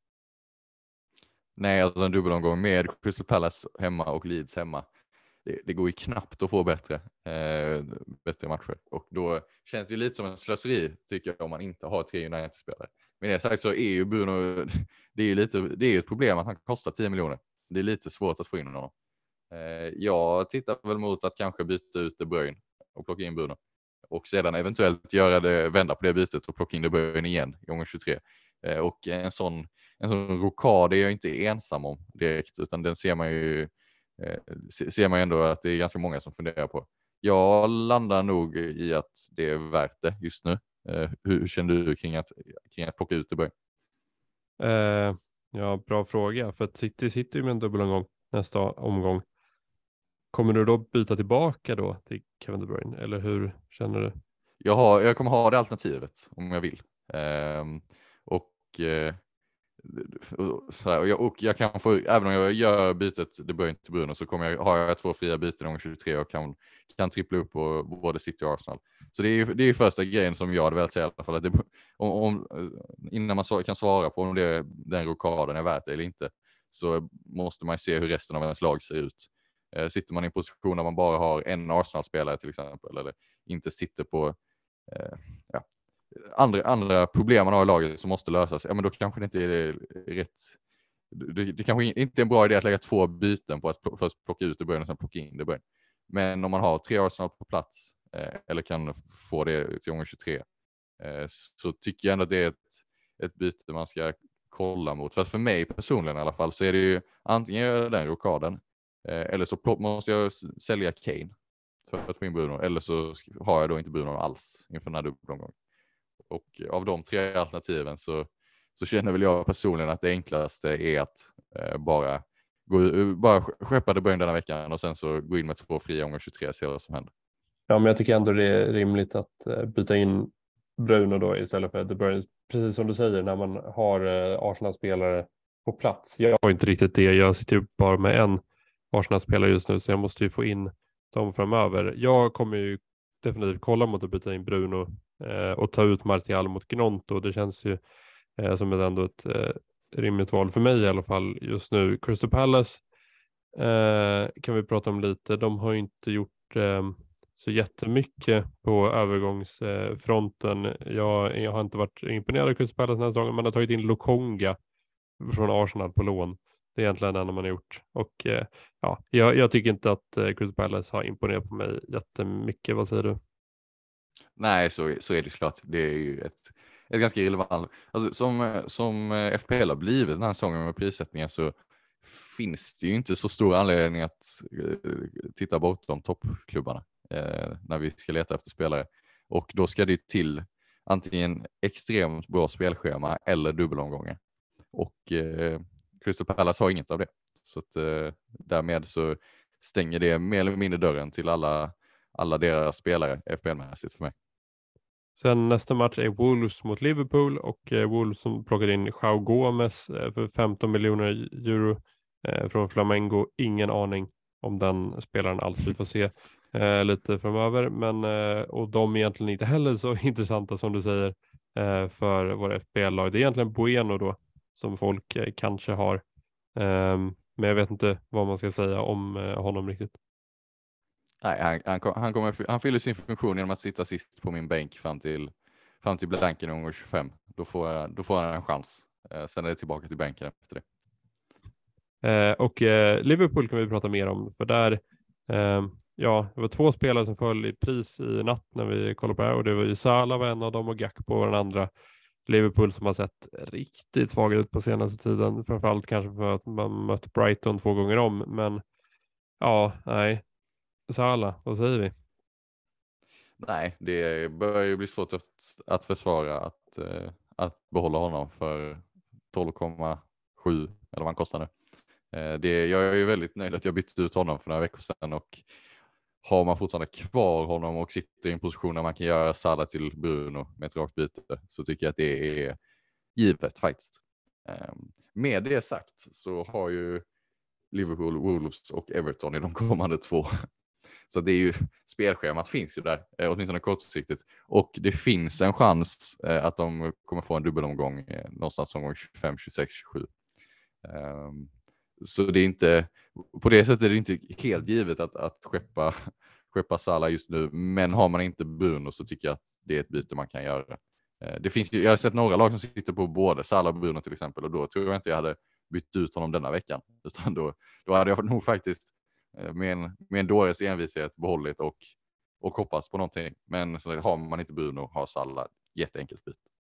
Nej, alltså en dubbelomgång med Crystal Palace hemma och Leeds hemma. Det, det går ju knappt att få bättre, eh, bättre matcher. Och då känns det lite som en slöseri, tycker jag, om man inte har tre United-spelare. Men det sagt så är ju Bruno, det är ju lite, det är ju ett problem att han kostar tio miljoner. Det är lite svårt att få in honom. Eh, jag tittar väl mot att kanske byta ut De Bruyne och plocka in Bruno. Och sedan eventuellt göra det, vända på det bytet och plocka in De Bruyne igen i gånger tjugotre. Eh, och en sån en sån rokad är jag inte ensam om direkt, utan den ser man ju eh, ser man ju ändå att det är ganska många som funderar på. Jag landar nog i att det är värt det just nu. Eh, hur, hur känner du kring att, kring att plocka ut det början? Eh, ja, bra fråga. För att City sitter ju med en dubbelomgång nästa omgång. Kommer du då byta tillbaka då till Kevin De Bruyne? Eller hur känner du? Jag, har, jag kommer ha det alternativet om jag vill. Um, och, uh, så här, och, jag, och jag kan få, även om jag gör bytet De Bruyne till Bruno, så kommer jag, har jag två fria byten gånger tjugotre och kan, kan trippla upp på både City och Arsenal. Så det är ju det är första grejen som jag hade velat säga i alla fall. Att det, om, om, innan man så, kan svara på om det, den rokaden är värt det eller inte, så måste man se hur resten av ens lag ser ut. Eh, sitter man i en position där man bara har en Arsenal-spelare till exempel, eller inte sitter på eh, ja, andra, andra problem man har i laget som måste lösas, ja, men då kanske det inte är rätt. Det, det kanske inte är en bra idé att lägga två byten på att först plocka ut det början och sen plocka in det början. Men om man har tre Arsenal på plats eh, eller kan få det till gånger tjugotre, eh, så tycker jag ändå att det är ett, ett byte man ska kolla mot. För att för mig personligen i alla fall så är det ju antingen göra den rokaden, eller så måste jag sälja Kane för att få in Bruno. Eller så har jag då inte Bruno alls inför den här dubbelomgången. Och av de tre alternativen så, så känner väl jag personligen att det enklaste är att eh, bara, gå, bara skeppa det början denna veckan och sen så gå in med två fria gånger tjugotre och se vad som händer. Ja, men jag tycker ändå det är rimligt att uh, byta in Bruno då istället för De Bruyne. Precis som du säger, när man har uh, Arsenal-spelare på plats. Jag har inte riktigt det. Jag sitter ju bara med en Arsenal-spelare just nu, så jag måste ju få in dem framöver. Jag kommer ju definitivt kolla mot att byta in Bruno eh, och ta ut Martial mot Gnonto. Det känns ju eh, som ett ändå ett eh, rimligt val för mig i alla fall just nu. Crystal Palace eh, kan vi prata om lite. De har ju inte gjort eh, så jättemycket på övergångsfronten. Eh, jag, jag har inte varit imponerad av Crystal Palace den här säsongen. Man har tagit in Lokonga från Arsenal på lån. Det är egentligen det enda man har gjort. Och eh, ja, jag, jag tycker inte att eh, Crystal Palace har imponerat på mig jättemycket. Vad säger du? Nej, så, så är det klart. Det är ju ett, ett ganska irrelevant. Alltså, som, som F P L har blivit den här säsongen med prissättningen, så finns det ju inte så stor anledning att uh, titta bortom toppklubbarna uh, när vi ska leta efter spelare. Och då ska det till antingen extremt bra spelschema eller dubbelomgångar. Och uh, Crystal Palace har inget av det. Så att, uh, därmed så stänger det mer eller mindre dörren till alla, alla deras spelare F P L-mässigt för mig. Sen nästa match är Wolves mot Liverpool, och eh, Wolves som plockade in João Gomes eh, för femton miljoner euro eh, från Flamengo. Ingen aning om den spelaren alls. Vi får se eh, lite framöver. Men, eh, och de är egentligen inte heller så intressanta som du säger eh, för våra F P L-lag. Det är egentligen Bueno då som folk eh, kanske har. Eh, men jag vet inte vad man ska säga om eh, honom riktigt. Nej, han, han, han, kommer, han fyller sin funktion genom att sitta sist på min bänk fram till, fram till blanken gånger tjugofem. Då får, jag, då får han en chans. Eh, sen är det tillbaka till bänken efter det. Eh, och eh, Liverpool kan vi prata mer om. För där, eh, ja, det var två spelare som föll i pris i natt när vi kollade på det här. Och det var ju Salah var en av dem och Gakpo var den andra. Liverpool som har sett riktigt svaga ut på senaste tiden. Framförallt kanske för att man mött Brighton två gånger om. Men ja, nej. Salah, vad säger vi? Nej, det börjar ju bli svårt att, att försvara att, eh, att behålla honom för tolv komma sju eller vad han kostar nu. Eh, det, jag är ju väldigt nöjd att jag bytte ut honom för några veckor sedan, och har man fortfarande kvar honom och sitter i en position där man kan göra Salah till Bruno med ett rakt byte, så tycker jag att det är givet faktiskt. Eh, med det sagt så har ju Liverpool, Wolves och Everton i de kommande två. Så det är ju, spelschemat finns ju där, eh, åtminstone kortsiktigt. Och det finns en chans eh, att de kommer få en dubbelomgång eh, någonstans som tjugofem, tjugosex, tjugosju. Um, så det är inte, på det sättet är det inte helt givet att, att skeppa, skeppa Salah just nu. Men har man inte Bruno så tycker jag att det är ett byte man kan göra. Eh, det finns, jag har sett några lag som sitter på både Salah och Bruno till exempel, och då tror jag inte jag hade bytt ut honom denna veckan. Utan då, då hade jag nog faktiskt med en, med en dåres envishet behållit och, och hoppas på någonting. Men så har man inte Bruno, har Salah, jätteenkelt byte.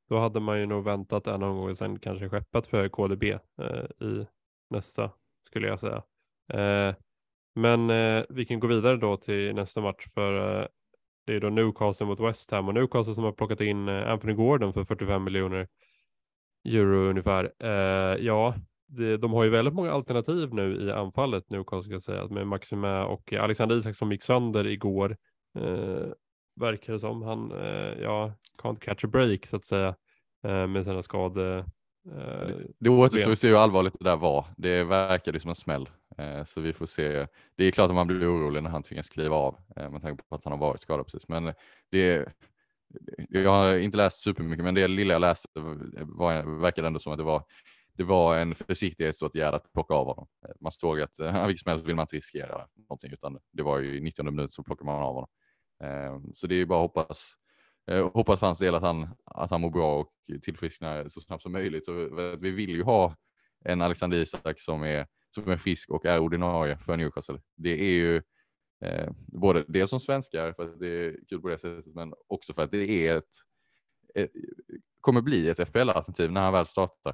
då hade man ju nog väntat en omgång och sen kanske skeppat för K D B eh, i nästa, skulle jag säga. Eh, men eh, vi kan gå vidare då till nästa match, för eh, det är då Newcastle mot West Ham, och Newcastle som har plockat in eh, Anthony Gordon för fyrtiofem miljoner euro ungefär. Eh, ja, det, de har ju väldigt många alternativ nu i anfallet, Newcastle ska jag säga, med Maxima och Alexander Isak som gick sönder igår. Eh, verkar det som. Han, eh, ja, can't catch a break så att säga, eh, med sina skador. Eh, det det återstår att se hur allvarligt det där var. Det verkade som en smäll. Eh, så vi får se. Det är klart att man blir orolig när han tvingas kliva av. Eh, med tanke på att han har varit skadad precis. Men det, jag har inte läst supermycket, men det lilla jag läste var, verkade ändå som att det var, det var en försiktighetsåtgärd att plocka av honom. Man såg att han vilket som helst vill man inte riskera någonting, utan det var ju i nittionde minut så plockar man av honom. Eh, så det är bara att hoppas. Jag hoppas för hans del att han, att han mår bra och tillfrisknar så snabbt som möjligt. Så vi vill ju ha en Alexander Isak som är, som är frisk och är ordinarie för Newcastle. Det är ju eh, både det som svenskar, för att det är kul på det sättet, men också för att det är ett, ett kommer bli ett F P L-alternativ när han väl startar.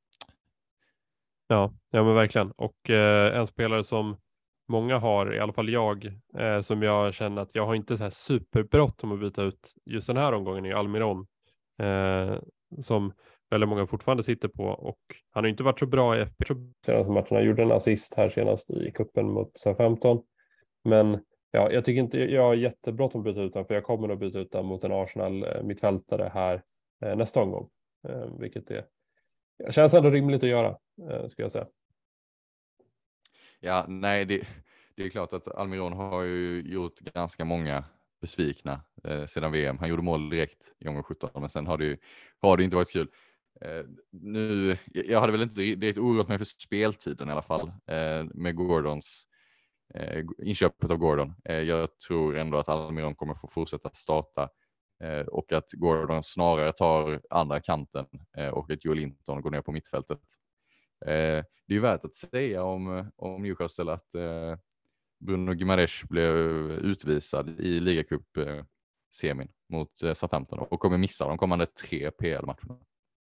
Ja, ja men verkligen. Och eh, en spelare som många har, i alla fall jag, eh, som jag känner att jag har inte så här superbråttom att byta ut just den här omgången, i Almiron. Eh, som väldigt många fortfarande sitter på, och han har inte varit så bra i F P L senaste matchen. Han gjorde en assist här senast i kuppen mot Southampton. Men ja, jag tycker inte jag har jättebråttom att byta ut honom, för jag kommer nog byta ut honom mot en Arsenal eh, mittfältare här eh, nästa omgång. Eh, vilket är, känns ändå rimligt att göra, eh, ska jag säga. Ja, nej, det, det är klart att Almiron har ju gjort ganska många besvikna eh, sedan V M. Han gjorde mål direkt i omgång sjutton, men sen har det ju har det inte varit kul. Eh, nu, jag hade väl inte direkt oroat mig för speltiden i alla fall eh, med Gordons eh, inköpet av Gordon. Eh, jag tror ändå att Almiron kommer få fortsätta starta eh, och att Gordon snarare tar andra kanten eh, och att Joel Linton går ner på mittfältet. Eh, det är värt att säga om, om Newcastle att eh, Bruno Guimaraes blev utvisad i ligacup-semin eh, mot eh, Southampton och kommer missa de kommande tre P L-matcherna.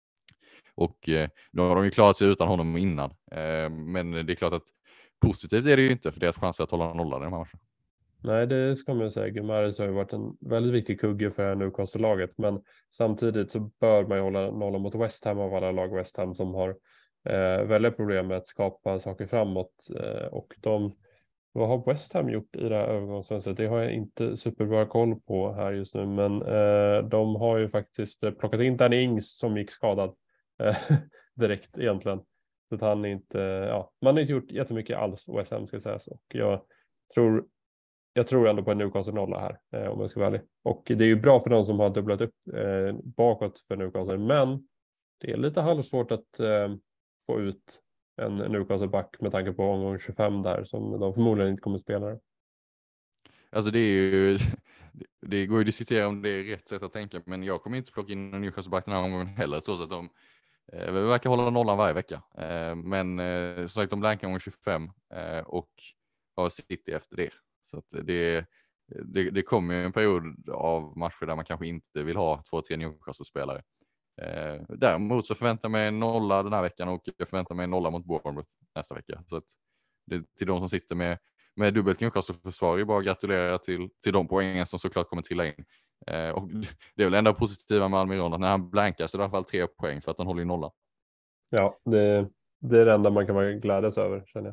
Och eh, då har de ju klarat sig utan honom innan. Eh, men det är klart att positivt är det ju inte för deras chanser att hålla nollan i de här matcherna. Nej, det ska man ju säga. Guimaraes har ju varit en väldigt viktig kugge för Newcastle-laget, men samtidigt så bör man ju hålla nollan mot West Ham av alla lag West Ham som har Eh, väldigt problem med att skapa saker framåt, eh, och de, vad har West Ham gjort i det här övergångsfönstret? Det har jag inte superbra koll på här just nu, men eh, de har ju faktiskt eh, plockat in Danny Ings som gick skadad eh, direkt egentligen. Så att han inte, ja, man har inte gjort jättemycket alls West Ham, ska jag säga så. Och jag tror jag tror ändå på en Newcastle nolla här, eh, om jag ska vara ärlig. Och det är ju bra för de som har dubblat upp eh, bakåt för Newcastle, men det är lite halvsvårt att eh, få ut en Newcastle-back med tanke på omgång tjugofem där, som de förmodligen inte kommer spela. Alltså det är ju, det går ju att diskutera om det är rätt sätt att tänka, men jag kommer inte plocka in en Newcastle-back den här omgången heller, trots att de eh, verkar hålla nollan varje vecka. Eh, men eh, som sagt, de blankar omgång tjugofem eh, och har City efter det. Så att det, det, det kommer ju en period av matcher där man kanske inte vill ha två, tre Newcastle-spelare. Eh, däremot så förväntar jag mig en nolla den här veckan, och jag förväntar mig en nolla mot Bournemouth nästa vecka. Så att det, till de som sitter med, med dubbelt Newcastle-försvar är bara att gratulera till, till de poängen som såklart kommer trilla in. Eh, och det är väl enda positiva med Almiron, att när han blankar så är det i alla fall tre poäng för att han håller i nollan. Ja, det, det är det enda man kan vara glädjas över, känner jag.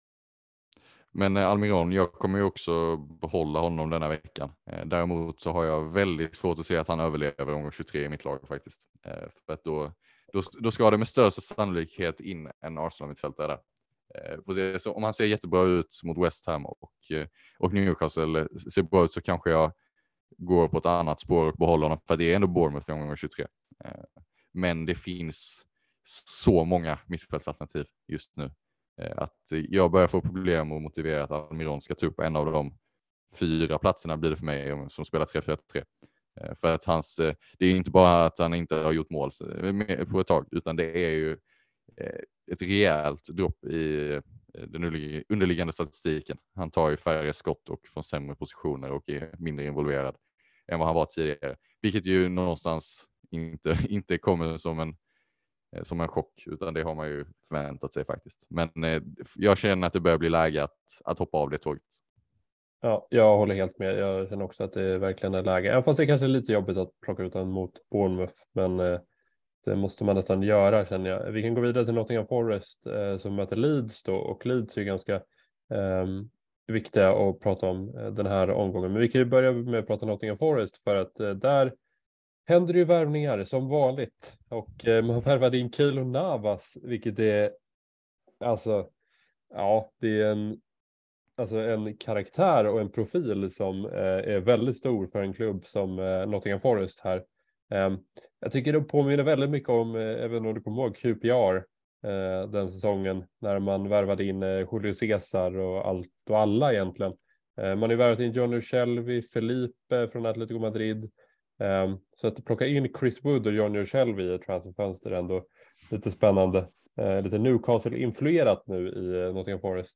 Men eh, Almiron, jag kommer ju också behålla honom denna veckan. Eh, däremot så har jag väldigt svårt att se att han överlever omgång tjugotre i mitt lag faktiskt. Eh, för att då, då, då ska det med största sannolikhet in en Arsenal-mittfältare där. Eh, får se, så om han ser jättebra ut mot West Ham och, och Newcastle ser bra ut, så kanske jag går på ett annat spår och behåller honom, för det är ändå Bournemouth i omgång tjugotre. Eh, men det finns så många mittfältsalternativ just nu att jag börjar få problem att motivera att Almiron ska ta upp en av de fyra platserna, blir det för mig, som spelar tre fyra tre. För att hans, det är inte bara att han inte har gjort mål på ett tag, utan det är ju ett rejält dropp i den underliggande statistiken. Han tar ju färre skott och från sämre positioner och är mindre involverad än vad han var tidigare. Vilket ju någonstans inte, inte kommer som en, som en chock, utan det har man ju förväntat sig faktiskt. Men eh, jag känner att det börjar bli läge att, att hoppa av det tåget. Ja, jag håller helt med. Jag känner också att det verkligen är läge. Även fast det kanske är lite jobbigt att plocka ut den mot Bournemouth. Men eh, det måste man nästan göra, känner jag. Vi kan gå vidare till Nottingham Forest eh, som möter Leeds då. Och Leeds är ganska eh, viktiga att prata om eh, den här omgången. Men vi kan ju börja med att prata Nottingham Forest. För att eh, där händer ju värvningar som vanligt. Och eh, man värvade in Keylor Navas. Vilket är, alltså, ja, det är en... Alltså en karaktär och en profil som eh, är väldigt stor för en klubb som eh, Nottingham Forest här. Eh, jag tycker det påminner väldigt mycket om, eh, även om du kommer ihåg Q P R eh, den säsongen när man värvade in eh, Julio Cesar och allt och alla egentligen. Eh, man har värvat in Johnny Shelby, Felipe från Atletico Madrid. Eh, så att plocka in Chris Wood och Johnny Shelby i ett transferfönster är ändå lite spännande. Eh, lite Newcastle-influerat nu i eh, Nottingham Forest.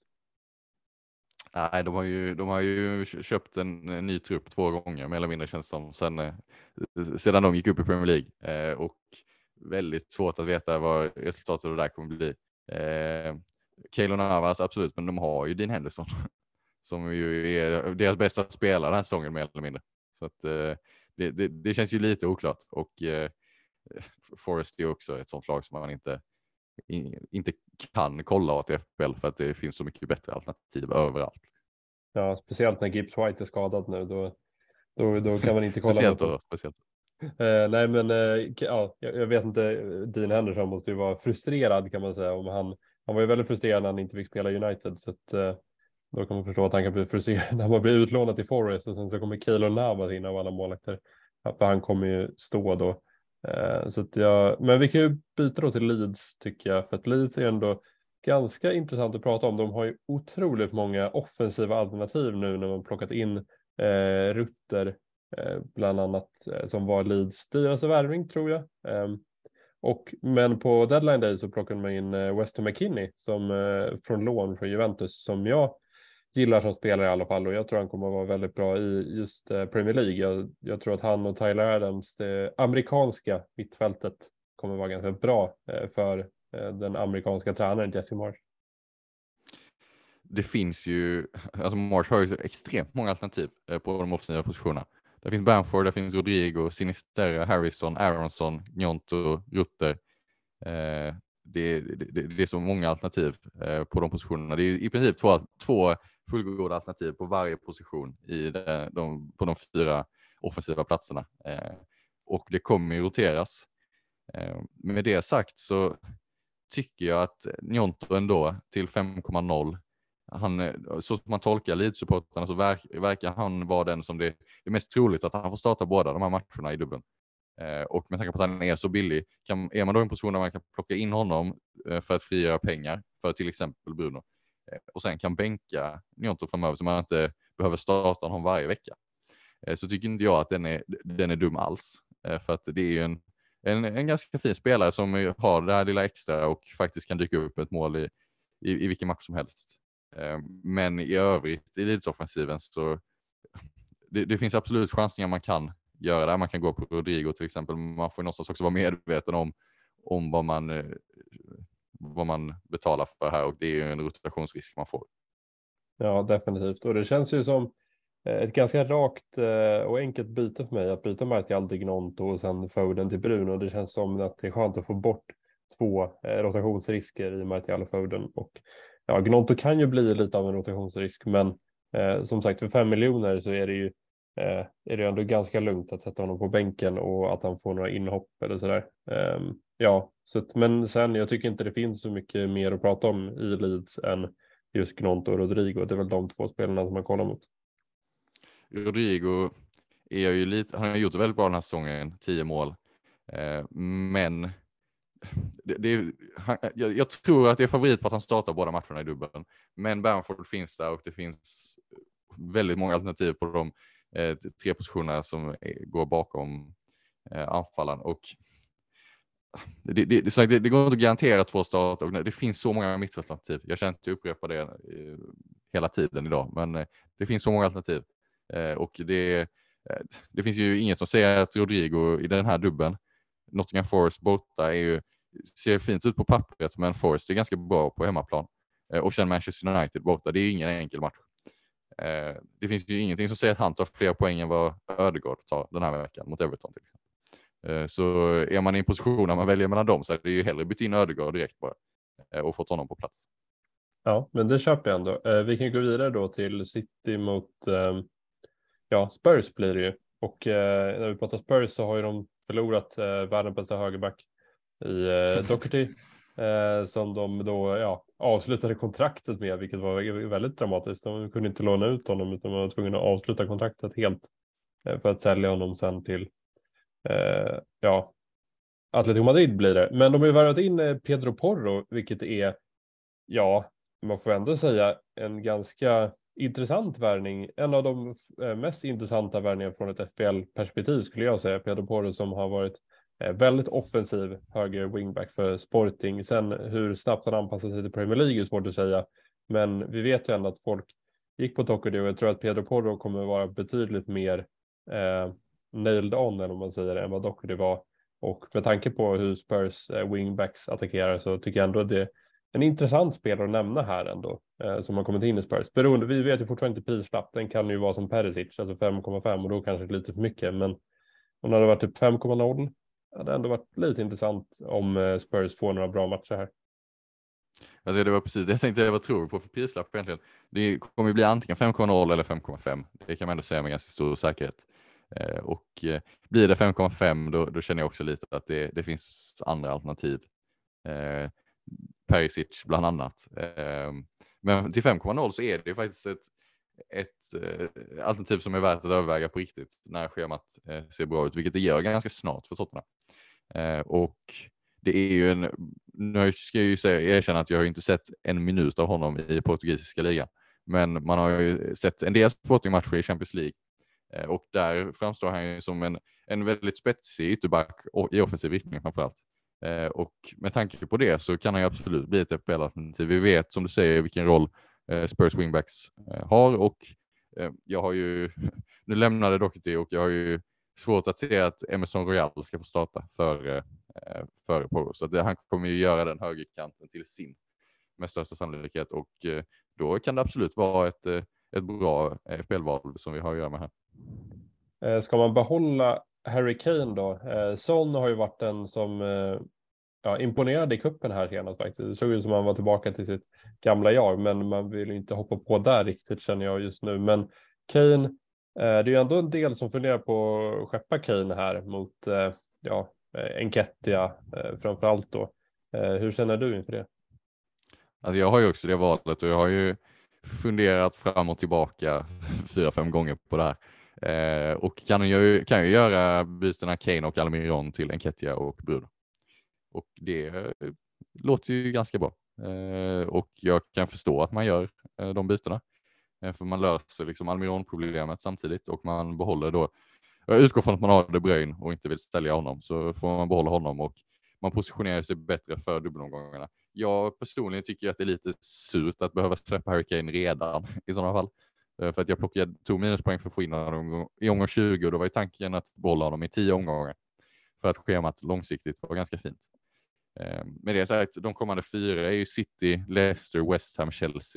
Nej, de har ju, de har ju köpt en, en ny trupp två gånger, mer eller mindre känns som, sen, sedan de gick upp i Premier League. Eh, och väldigt svårt att veta vad resultatet av det där kommer bli. Eh, Keylor Navas, absolut, men de har ju Dean Henderson som ju är deras bästa spelare den här säsongen, mer eller mindre. Så att, eh, det, det, det känns ju lite oklart. Och eh, Forest är också ett sånt lag som man inte inte kan kolla åt F P L för att det finns så mycket bättre alternativ överallt. Ja, speciellt när Gibbs White är skadad nu, då, då, då kan man inte kolla. Speciellt då, speciellt. Eh, nej, men eh, ja, jag, jag vet inte, Dean Henderson måste ju vara frustrerad kan man säga. Om han, han var ju väldigt frustrerad när han inte fick spela United, så att, eh, då kan man förstå att han kan bli frustrerad när man blir utlånad till Forest och sen så kommer Keylor Navas in av alla målakter. För han kommer ju stå då. Så att jag, men vi kan ju byta då till Leeds tycker jag, för att Leeds är ändå ganska intressant att prata om. De har ju otroligt många offensiva alternativ nu när man plockat in eh, Rutter eh, bland annat eh, som var Leeds dyraste värvning tror jag. Eh, och, men på deadline day så plockade man in eh, Weston McKinney som, eh, från lån från Juventus som jag gillar som spelare i alla fall, och jag tror han kommer att vara väldigt bra i just eh, Premier League. Jag, jag tror att han och Tyler Adams, det amerikanska mittfältet, kommer att vara ganska bra eh, för eh, den amerikanska tränaren Jesse Marsch. Det finns ju, alltså Marsch har ju så extremt många alternativ eh, på de offensiva positionerna. Det finns Bamford, det finns Rodrigo, Sinisterra, Harrison, Aronson, Gnonto, Rutter. Eh, det, det, det är så många alternativ eh, på de positionerna. Det är i princip två, två fullgoda alternativ på varje position i de, de, på de fyra offensiva platserna. Eh, och det kommer ju roteras. Eh, med det sagt så tycker jag att Gnonto ändå till fem komma noll, han, så som man tolkar Leeds-supporterna så verk, verkar han vara den som det är mest troligt att han får starta båda de här matcherna i dubbeln. Eh, och med tanke på att han är så billig, kan, är man då i en position där man kan plocka in honom eh, för att frigöra pengar för till exempel Bruno, eh, och sen kan bänka Gnonto framöver så man inte behöver starta honom varje vecka, eh, så tycker inte jag att den är, den är dum alls, eh, för att det är ju en, en, en ganska fin spelare som har det här lilla extra och faktiskt kan dyka upp ett mål i, i, i vilken match som helst. Eh, men i övrigt i Leeds-offensiven så det, det finns absolut chansningar man kan göra där. Man kan gå på Rodrigo till exempel. Man får någonstans också vara medveten om, om vad, man, vad man betalar för här, och det är ju en rotationsrisk man får. Ja, definitivt. Och det känns ju som ett ganska rakt och enkelt byte för mig att byta Martial till Gnonto och sen Foden till Bruno. Det känns som att det är skönt att få bort två rotationsrisker i Martial och Foden. Och ja, Gnonto kan ju bli lite av en rotationsrisk, men eh, som sagt för fem miljoner så är det ju Eh, är det ändå ganska lugnt att sätta honom på bänken och att han får några inhopp eller sådär. Eh, ja, så att, men sen jag tycker inte det finns så mycket mer att prata om i Leeds än just Gnonto och Rodrigo. Det är väl de två spelarna som man kollar mot. Rodrigo är ju lite, han har gjort det väldigt bra den här säsongen, tio mål. Eh, men det, det, han, jag, jag tror att det är favorit på att han startar båda matcherna i dubbeln. Men Bamford finns där och det finns väldigt många alternativ på de eh, tre positionerna som är, går bakom eh, anfallen. Och det, det, det, det, det går inte att garantera två starter, och det finns så många mittfältalternativ. Jag känner inte upprepa det eh, hela tiden idag, men eh, det finns så många alternativ. Eh, och det, eh, det finns ju inget som säger att Rodrigo i den här dubben Nottingham Forest borta är ju, ser fint ut på pappret, men Forest är ganska bra på hemmaplan. Eh, och sen Manchester United borta, det är ju ingen enkel match. Eh, det finns ju ingenting som säger att han tar fler poäng än vad Ödegaard tar den här veckan mot Everton till exempel. Eh, så är man i en position när man väljer mellan dem, så är det ju hellre bytt in Ödegaard direkt bara eh, och fått honom på plats. Ja, men det köper jag ändå. Eh, vi kan gå vidare då till City mot eh, ja, Spurs blir det ju. Och eh, när vi pratar Spurs så har ju de förlorat eh, världens bästa högerback i eh, Doherty. Eh, som de då ja, avslutade kontraktet med, vilket var väldigt dramatiskt. De kunde inte låna ut honom, utan de var tvungna att avsluta kontraktet helt eh, för att sälja honom sen till eh, ja, Atletico Madrid blir det. Men de har ju värvat in eh, Pedro Porro, vilket är, ja, man får ändå säga en ganska intressant värvning. En av de eh, mest intressanta värvningar från ett F P L-perspektiv skulle jag säga. Pedro Porro som har varit väldigt offensiv höger wingback för Sporting. Sen hur snabbt han anpassar sig till Premier League är svårt att säga. Men vi vet ju ändå att folk gick på Doherty och jag tror att Pedro Porro kommer vara betydligt mer eh, nailed on än om man säger än vad Doherty var. Och med tanke på hur Spurs eh, wingbacks attackerar så tycker jag ändå att det är en intressant spelare att nämna här ändå eh, som har kommit in i Spurs. Beroende, vi vet ju fortfarande inte prislapp. Den kan ju vara som Perisic, alltså fem komma fem och då kanske lite för mycket. Men om det hade varit typ fem komma noll det hade ändå varit lite intressant om Spurs får några bra matcher här. Alltså det var precis det jag tänkte, vad tror vi på för prislapp egentligen? Det kommer ju bli antingen fem komma noll eller fem komma fem. Det kan man ändå säga med ganska stor säkerhet. Eh, och eh, blir det fem komma fem då, då känner jag också lite att det, det finns andra alternativ. Eh, Perisic bland annat. Eh, men till fem komma noll så är det ju faktiskt ett, ett eh, alternativ som är värt att överväga på riktigt när schemat eh, ser bra ut, vilket det gör ganska snart för Tottenham. Eh, och det är ju en, nu ska jag ju säga, erkänna att jag har inte sett en minut av honom i portugisiska ligan, men man har ju sett en del Sporting-matcher i Champions League eh, och där framstår han ju som en, en väldigt spetsig ytterback i offensiv riktning framförallt. Eh, och med tanke på det så kan han ju absolut bli ett F P L-alternativ. Vi vet som du säger vilken roll eh, Spurs wingbacks eh, har och eh, jag har ju, nu lämnade Doherty och jag har ju svårt att se att Emerson Royal ska få starta för, eh, för Porro. Så det, han kommer ju göra den högerkanten till sin med största sannolikhet och eh, då kan det absolut vara ett, ett bra F P L-val som vi har att göra med här. Eh, ska man behålla Harry Kane då? Eh, Son har ju varit den som eh, ja, imponerade i kuppen här senast faktiskt. Det såg ut som att han var tillbaka till sitt gamla jag, men man vill inte hoppa på där riktigt känner jag just nu. Men Kane, eh, det är ju ändå en del som funderar på att skeppa Kane här mot eh, ja, Enketia eh, framförallt då. Eh, hur känner du inför det? Alltså jag har ju också det valet och jag har ju funderat fram och tillbaka fyra, fem gånger på det här. Eh, och kan ju, kan ju göra bytena Kane och Almiron till Enketia och Bruno. Och det eh, låter ju ganska bra. Eh, och jag kan förstå att man gör eh, de bytena. Eh, för man löser liksom Almiron-problemet samtidigt och man behåller då, jag utgår från att man har De Bruyne och inte vill sälja honom, så får man behålla honom och man positionerar sig bättre för dubbelomgångarna. Jag personligen tycker att det är lite surt att behöva släppa Harry Kane redan i sådana fall. För att jag plockade, tog minuspoäng för att få in honom i omgång tjugo och då var ju tanken att behålla honom i tio omgångar. För att schemat långsiktigt var ganska fint. Med det sagt, de kommande fyra är ju City, Leicester, West Ham, Chelsea.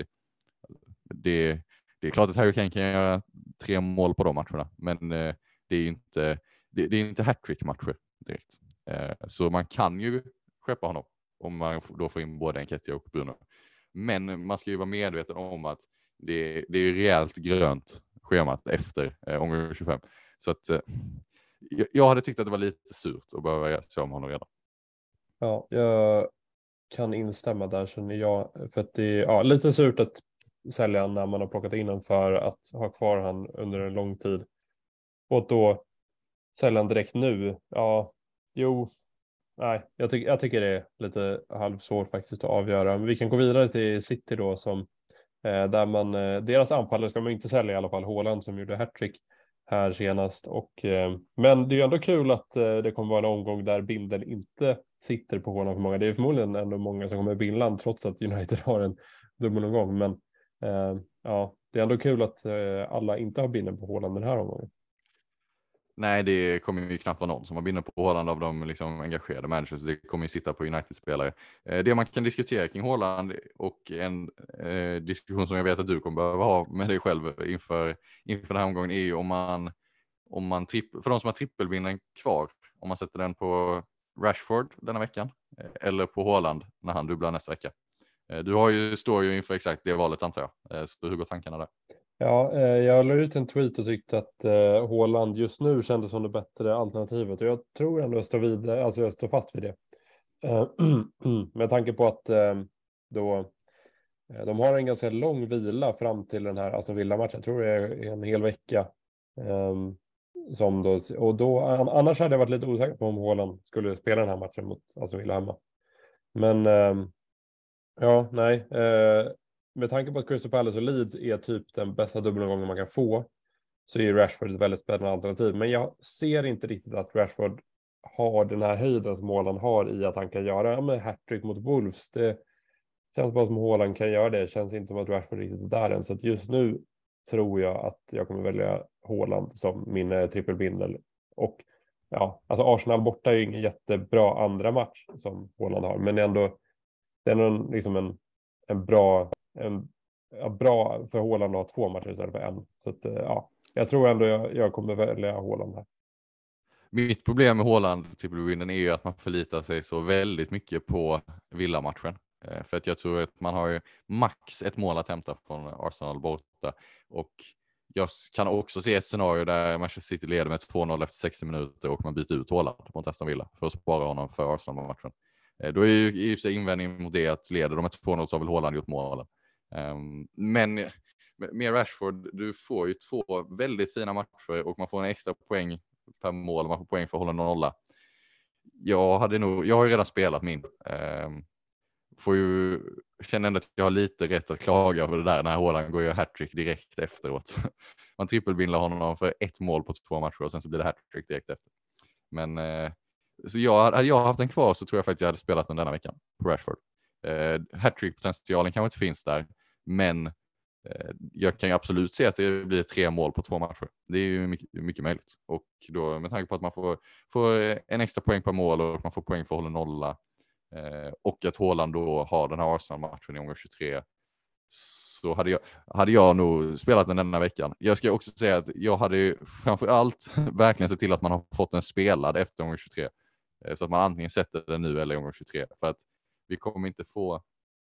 Det, det är klart att Harry Kane kan göra tre mål på de matcherna. Men det är ju inte, det, det är inte hattrick-matcher direkt. Så man kan ju skeppa honom om man då får in både Enketia och Bruno. Men man ska ju vara medveten om att det, det är rejält grönt schemat efter eh, omgång tjugofem. Så att eh, jag hade tyckt att det var lite surt att behöva se om honom redan. Ja, jag kan instämma där känner jag. För att det är ja, lite surt att sälja när man har plockat in den för att ha kvar han under en lång tid. Och då sälja han direkt nu. Ja, jo. Nej, jag, ty- jag tycker det är lite halvsvårt faktiskt att avgöra. Men vi kan gå vidare till City då som eh, där man, eh, deras anfallare ska man inte sälja i alla fall. Haaland som gjorde hattrick här senast. Och, eh, men det är ju ändå kul att eh, det kommer vara en omgång där binden inte sitter på Haaland för många. Det är förmodligen ändå många som kommer binland trots att United har en dubbelomgång. Men eh, ja, det är ändå kul att eh, alla inte har binden på Haaland den här omgången. Nej, det kommer ju knappt vara någon som har binder på Haaland av de liksom engagerade managers. Det kommer ju sitta på United-spelare. Eh, det man kan diskutera kring Haaland och en eh, diskussion som jag vet att du kommer behöva ha med dig själv inför, inför den här omgången är ju om man, om man tripp, för de som har trippelbinden kvar, om man sätter den på Rashford denna veckan eh, eller på Haaland när han dubblar nästa vecka. Eh, du har ju, står ju inför exakt det valet antar jag. Eh, så hur går tankarna där? Ja, eh, jag la ut en tweet och tyckte att eh, Haaland just nu kändes som det bättre alternativet. Och jag tror ändå jag står, vid, alltså jag står fast vid det. Eh, med tanke på att eh, då, eh, de har en ganska lång vila fram till den här Aston Villa-matchen. Jag tror det är en hel vecka. Eh, som då, och då, annars hade jag varit lite osäker på om Haaland skulle spela den här matchen mot Aston Villa hemma. Men eh, ja, nej. Eh, med tanke på att Crystal Palace och Leeds är typ den bästa dubbelomgången man kan få så är Rashford ett väldigt spännande alternativ. Men jag ser inte riktigt att Rashford har den här höjden som Haaland har i att han kan göra ja, men hattrick mot Wolves. Det känns bara som Haaland kan göra det. Det känns inte som att Rashford riktigt är där än. Så att just nu tror jag att jag kommer välja Haaland som min eh, trippelbindel. Och ja, alltså Arsenal borta är ju ingen jättebra andra match som Haaland har. Men ändå, det är ändå liksom en, en bra... En, ja, bra för Haaland att ha två matcher istället för en. Så att, ja, jag tror ändå jag, jag kommer välja Haaland här. Mitt problem med Haaland trippelvinden är ju att man förlitar sig så väldigt mycket på Villa-matchen. Eh, för att jag tror att man har ju max ett mål att hämta från Arsenal borta. Och jag kan också se ett scenario där Manchester City leder med två noll efter sextio minuter och man byter ut Haaland mot Aston Villa för att spara honom för Arsenal-matchen. Eh, då är ju i och för sig invändning mot det att leder de med två noll så har väl Haaland gjort målen. Um, men med Rashford, du får ju två väldigt fina matcher och man får en extra poäng per mål och man får poäng för att hålla nolla. Jag hade nog, jag har ju redan spelat min. Um, får ju känner ändå att jag har lite rätt att klaga över det där när Haaland går ju hattrick direkt efteråt. Man trippelbindlar honom för ett mål på två matcher och sen så blir det hattrick direkt efter. Men uh, så jag, hade jag haft den kvar så tror jag faktiskt jag hade spelat den denna veckan på Rashford. Uh, hattrick-potentialen kanske inte finns där. Men eh, jag kan ju absolut se att det blir tre mål på två matcher. Det är ju mycket, mycket möjligt. Och då med tanke på att man får, får en extra poäng per mål och man får poäng för att hålla nolla. Eh, och att Haaland då har den här Arsenal-matchen i omgång tjugotre. Så hade jag, hade jag nog spelat den denna veckan. Jag ska också säga att jag hade ju framförallt verkligen sett till att man har fått den spelad efter omgång tjugotre. Eh, så att man antingen sätter den nu eller i omgång tjugotre. För att vi kommer inte få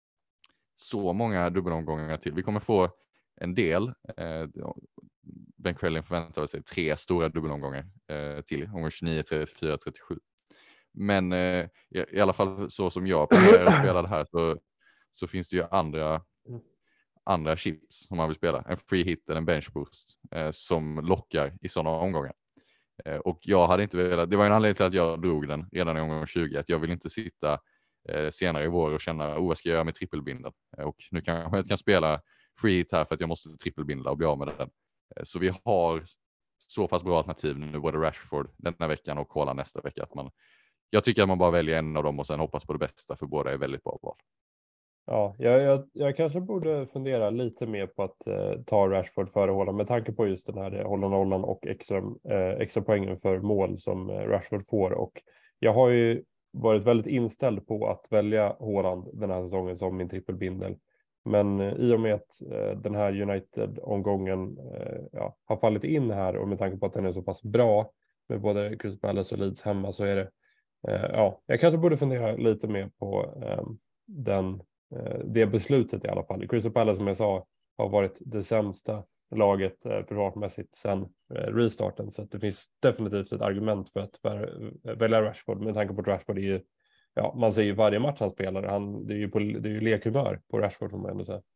så många dubbelomgångar till. Vi kommer få en del. Eh, Ben Crellin förväntar sig tre stora dubbelomgångar eh, till. Omgång tjugonio, trettiofyra, trettiosju. Men eh, i, i alla fall så som jag planerar att spela det här så, så finns det ju andra, andra chips som man vill spela. En free hit eller en bench boost eh, som lockar i sådana omgångar. Eh, och jag hade inte velat, det var en anledning till att jag drog den redan i omgång tjugo. Att jag vill inte sitta senare i vår och känna, oh vad ska jag göra med trippelbindeln? Och nu kanske jag inte kan spela free hit här för att jag måste trippelbindla och bli av med den. Så vi har så pass bra alternativ nu, både Rashford denna veckan och Haaland nästa vecka. Att man, jag tycker att man bara väljer en av dem och sen hoppas på det bästa, för båda är väldigt bra val. Ja, jag, jag, jag kanske borde fundera lite mer på att eh, ta Rashford före Haaland med tanke på just den här hålla nollan och extra, eh, extra poängen för mål som eh, Rashford får. Och jag har ju varit väldigt inställd på att välja Haaland den här säsongen som min trippelbindel. Men eh, i och med att eh, den här United-omgången eh, ja, har fallit in här och med tanke på att den är så pass bra med både Crystal Palace och Leeds hemma så är det eh, ja, jag kanske borde fundera lite mer på eh, den, eh, det beslutet i alla fall. Crystal Palace som jag sa har varit det sämsta laget eh, försvarsmässigt sedan eh, restarten, så att det finns definitivt ett argument för att för, välja Rashford med tanke på att Rashford är ju, ja, man ser ju varje match han spelar, han, det är ju på, det är ju lekhumör på Rashford får man ändå säga.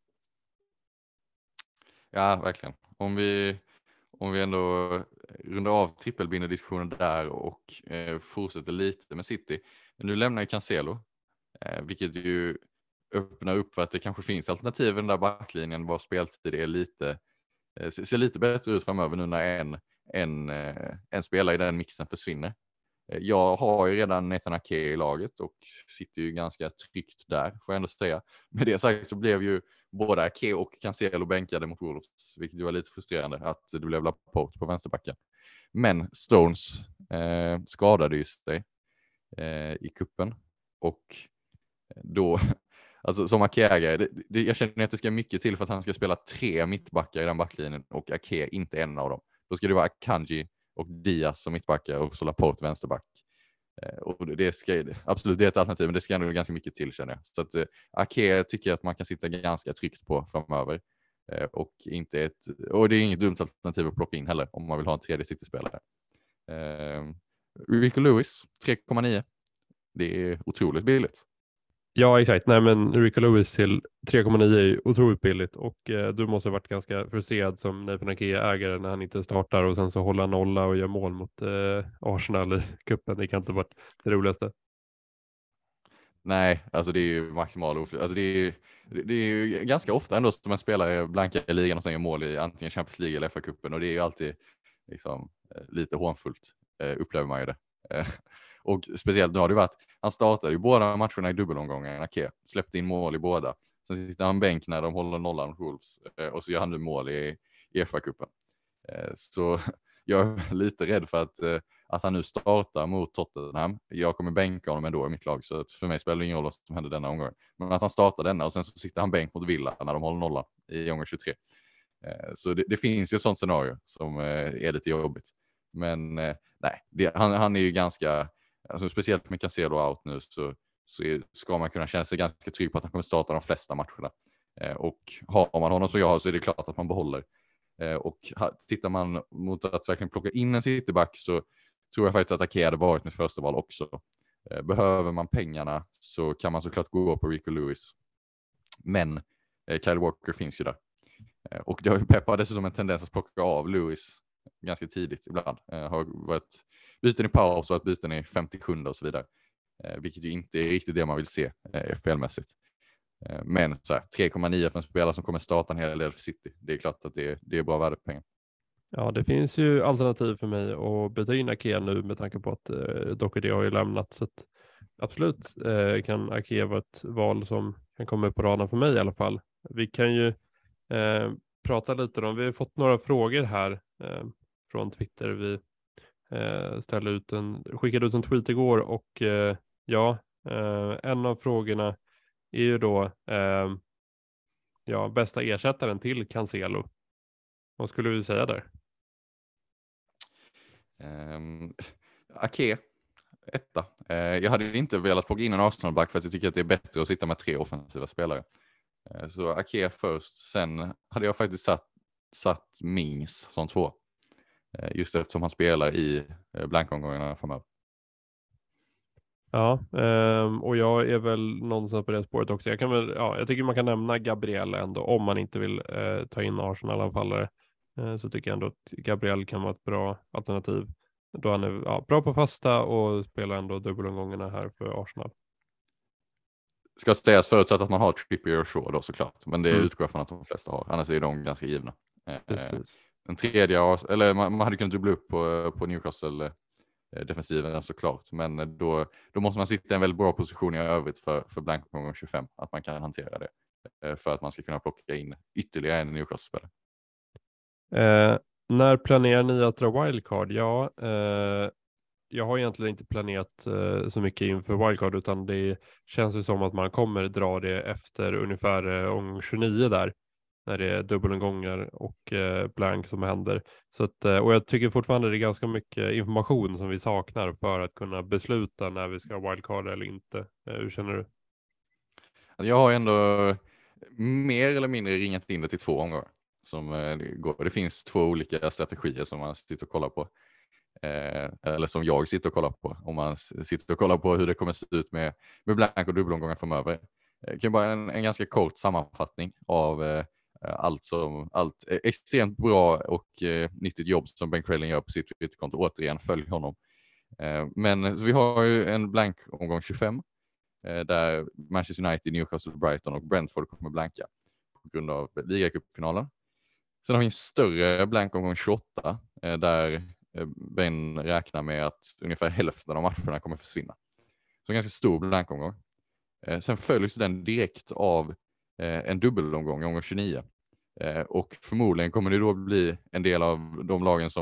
Ja, verkligen. Om vi, om vi ändå rundar av trippelbinderdiskussionen där och eh, fortsätter lite med City. Nu lämnar ju Cancelo, eh, vilket ju öppnar upp för att det kanske finns alternativ i den där backlinjen var speltid är lite ser lite bättre ut framöver nu när en, en, en spelare i den mixen försvinner. Jag har ju redan Nathan Ake i laget och sitter ju ganska tryggt där, får jag ändå säga. Med det sagt så blev ju både Ake och Cancelo bänkade mot Wolves, vilket ju var lite frustrerande att det blev Laporte på vänsterbacken. Men Stones eh, skadade ju sig eh, i kuppen och då, alltså som Ake-ägare, det, det, jag känner att det ska mycket till för att han ska spela tre mittbackar i den backlinjen och Ake inte en av dem. Då ska det vara Akanji och Diaz som mittbackar och så Laporte vänsterback. Eh, och det ska, absolut, det är ett alternativ, men det ska ändå ganska mycket till, känner jag. Så att eh, Ake tycker jag att man kan sitta ganska tryggt på framöver. Eh, och, inte ett, och det är inget dumt alternativ att plocka in heller om man vill ha en tredje City-spelare. Eh, Rico Lewis, tre komma nio. Det är otroligt billigt. Ja, exakt. Nej, men Rico Lewis till tre komma nio är otroligt billigt och eh, du måste ha varit ganska frustrerad som Nathan Ake-ägare när han inte startar och sen så håller nolla och gör mål mot eh, Arsenal i kuppen. Det kan inte varit det roligaste. Nej, alltså det är ju maximal oflyt. Alltså det är, det är ju ganska ofta ändå som man spelar blanka i ligan och sen gör mål i antingen Champions League eller F A-cupen, och det är ju alltid liksom lite hånfullt, upplever man ju det. Och speciellt nu har det varit, han startade ju båda matcherna i dubbelomgången, Ake, släppte in mål i båda. Sen sitter han bänk när de håller nollan mot Wolves och så gör han nu mål i, i F A-cupen. Så jag är lite rädd för att, att han nu startar mot Tottenham. Jag kommer bänka honom ändå i mitt lag, så för mig spelar det ingen roll vad som händer denna omgång. Men att han startar denna och sen så sitter han bänk mot Villa när de håller nollan i omgång tjugotre. Så det, det finns ju ett sånt scenario som är lite jobbigt. Men nej, det, han, han är ju ganska, alltså speciellt med Cancelo out nu, så, så är, ska man kunna känna sig ganska trygg på att han kommer starta de flesta matcherna. Och har man honom som jag har så är det klart att man behåller. Och tittar man mot att verkligen plocka in en cityback, så tror jag faktiskt att Ake hade varit mitt första val också. Behöver man pengarna så kan man såklart gå på Rico Lewis. Men Kyle Walker finns ju där. Och det har ju Pep har dessutom en tendens att plocka av Lewis ganska tidigt ibland. Har varit byten i paus och ett byten i femtiosju och så vidare. Vilket ju inte är riktigt det man vill se F P L-mässigt. Men så här, tre komma nio för en spelare som kommer starta en hel del för City. Det är klart att det, det är bra värde på pengar. Ja, det finns ju alternativ för mig att byta in Ake nu med tanke på att eh, Doherty har ju lämnat. Så att, absolut eh, kan Ake vara ett val som kan komma upp på raden för mig i alla fall. Vi kan ju eh, prata lite om, vi har fått några frågor här eh, från Twitter. Vi eh, ställde ut en, skickade ut en tweet igår och eh, ja, eh, en av frågorna är ju då eh, ja, bästa ersättaren till Cancelo. Vad skulle vi säga där? Um, Ake, etta. Uh, jag hade inte velat plocka in en Arsenal-back för att jag tycker att det är bättre att sitta med tre offensiva spelare. Uh, så Ake först, sen hade jag faktiskt satt, satt Mings som två. Uh, just eftersom han spelar i uh, blankomgångarna framöver. Ja, um, och jag är väl någonstans på det spåret också. Jag, kan väl, ja, jag tycker man kan nämna Gabriel ändå, om man inte vill uh, ta in Arsenal-anfallare. Uh, så tycker jag ändå att Gabriel kan vara ett bra alternativ. Då han är ja, bra på fasta och spelar ändå dubbelomgångarna här för Arsenal. Ska sägas förutsatt att man har Trippier och Shaw då såklart. Men det Mm. utgår från att de flesta har. Annars är de ganska givna. Precis. En tredje, eller man, man hade kunnat dubbla upp på, på Newcastle defensiven såklart. Men då, då måste man sitta i en väldigt bra position i övrigt för, för blankomgång tjugofem. Att man kan hantera det. För att man ska kunna plocka in ytterligare en Newcastle-spelare. Eh, när planerar ni att dra wildcard? Ja, eh, jag har egentligen inte planerat eh, så mycket inför wildcard, utan det känns ju som att man kommer dra det efter ungefär eh, omgång tjugonio där, när det är dubbelomgångar och eh, blank som händer. Så att, eh, och jag tycker fortfarande det är ganska mycket information som vi saknar för att kunna besluta när vi ska wildcard eller inte. Eh, hur känner du? Jag har ändå mer eller mindre ringat in det till två omgångar. Som eh, går. Det finns två olika strategier som man sitter och kollar på. Eh, eller som jag sitter och kollar på. Om man sitter och kollar på hur det kommer se ut med, med blank och dubbelomgångar framöver. Eh, kan bara en, en ganska kort sammanfattning av eh, allt som allt eh, extremt bra och eh, nyttigt jobb som Ben Crellin gör på sitt Twitterkonto. Återigen, följ honom. Eh, men så vi har ju en blank omgång tjugofem. Eh, där Manchester United, Newcastle, Brighton och Brentford kommer blanka. På grund av ligacupfinalen. Sen har vi en större blank omgång tjugoåtta eh, där Ben räknar med att ungefär hälften av matcherna kommer försvinna. Så en ganska stor blankomgång. Eh, sen följs den direkt av eh, en dubbelomgång, omgång tjugonio. Eh, och förmodligen kommer det då bli en del av de lagen som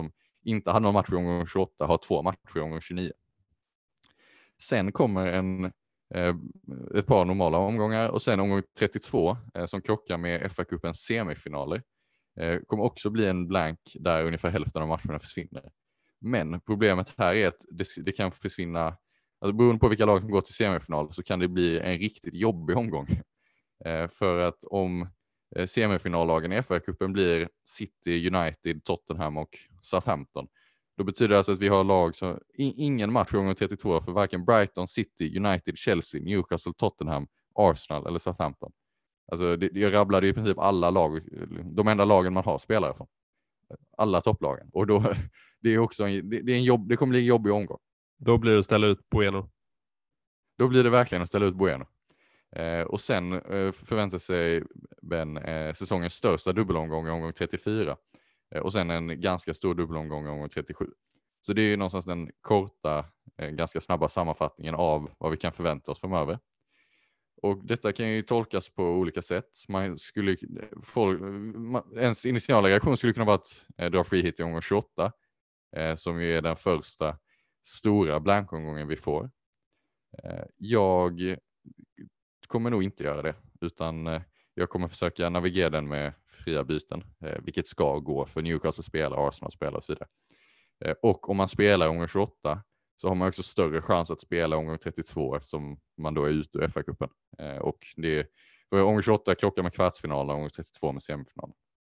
inte hade någon match i omgång tjugoåtta har två matcher i omgång tjugonio. Sen kommer en, eh, ett par normala omgångar och sen omgång trettiotvå eh, som krockar med F A-cupens semifinaler. Eh, kommer också bli en blank där ungefär hälften av matcherna försvinner. Men problemet här är att det, det kan försvinna, alltså beroende på vilka lag som går till semifinal så kan det bli en riktigt jobbig omgång. Eh, för att om eh, semifinallagen i F A-cupen blir City, United, Tottenham och Southampton, då betyder det alltså att vi har lag som ingen match i omgång trettiotvå för varken Brighton, City, United, Chelsea, Newcastle, Tottenham, Arsenal eller Southampton. Alltså det, jag rabblade i princip alla lag, de enda lagen man har spelare från. Alla topplagen. Och då det är också en, det, det är en jobb, det kommer bli en jobbig omgång. Då blir det att ställa ut Bueno. Då blir det verkligen att ställa ut Bueno. Eh, och sen eh, förväntar sig Ben eh, säsongens största dubbelomgång i omgång trettiofyra. Eh, och sen en ganska stor dubbelomgång i omgång trettiosju. Så det är ju någonstans den korta, eh, ganska snabba sammanfattningen av vad vi kan förvänta oss framöver. Och detta kan ju tolkas på olika sätt. Man skulle, folk, man, ens initiala reaktion skulle kunna vara att eh, dra free hit i omgång tjugoåtta. Eh, som ju är den första stora blankomgången vi får. Eh, jag kommer nog inte göra det. Utan eh, jag kommer försöka navigera den med fria byten. Eh, vilket ska gå för Newcastle spelar, Arsenal spelar och så vidare. Eh, och om man spelar omgång tjugoåtta så har man också större chans att spela omgång trettiotvå eftersom man då är ute ur F A-cupen. Eh, och det, för omgång tjugoåtta krockar med kvartsfinalen och omgång trettiotvå med semifinalen.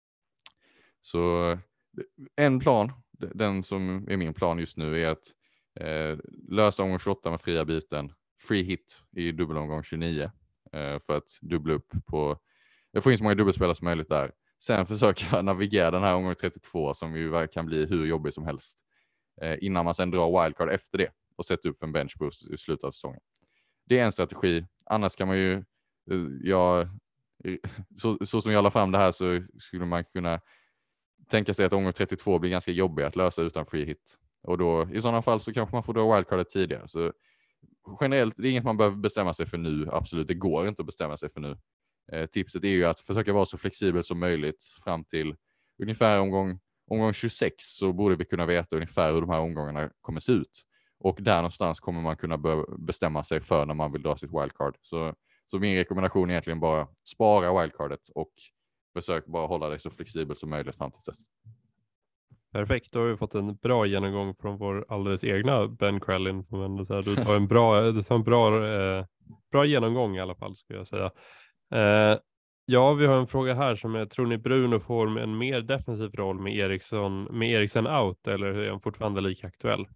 Så en plan, den som är min plan just nu är att eh, lösa omgång tjugoåtta med fria byten. Free hit i dubbelomgång tjugonio eh, för att dubbla upp på, jag får in så många dubbelspelare som möjligt där. Sen försöka navigera den här omgång trettiotvå som ju kan bli hur jobbig som helst. Innan man sen drar wildcard efter det och sätter upp en bench boost i slutet av säsongen. Det är en strategi. Annars kan man ju, ja, så, så som jag la fram det här så skulle man kunna tänka sig att omgång trettiotvå blir ganska jobbig att lösa utan free hit. Och då i sådana fall så kanske man får dra wildcardet tidigare. Så generellt, det är inget man behöver bestämma sig för nu. Absolut, det går inte att bestämma sig för nu. Eh, tipset är ju att försöka vara så flexibel som möjligt fram till ungefär omgång Omgång tjugosex så borde vi kunna veta ungefär hur de här omgångarna kommer se ut. Och där någonstans kommer man kunna bestämma sig för när man vill dra sitt wildcard. Så, så min rekommendation är egentligen bara spara wildcardet och försök bara hålla det så flexibelt som möjligt fram till dess. Perfekt, då har vi fått en bra genomgång från vår alldeles egna Ben Crellin. Du tar en bra, du tar en bra, eh, bra genomgång i alla fall skulle jag säga. Eh, Ja, vi har en fråga här som är, tror ni Bruno får en mer defensiv roll med Eriksson, med Eriksen out eller är han fortfarande lika aktuell?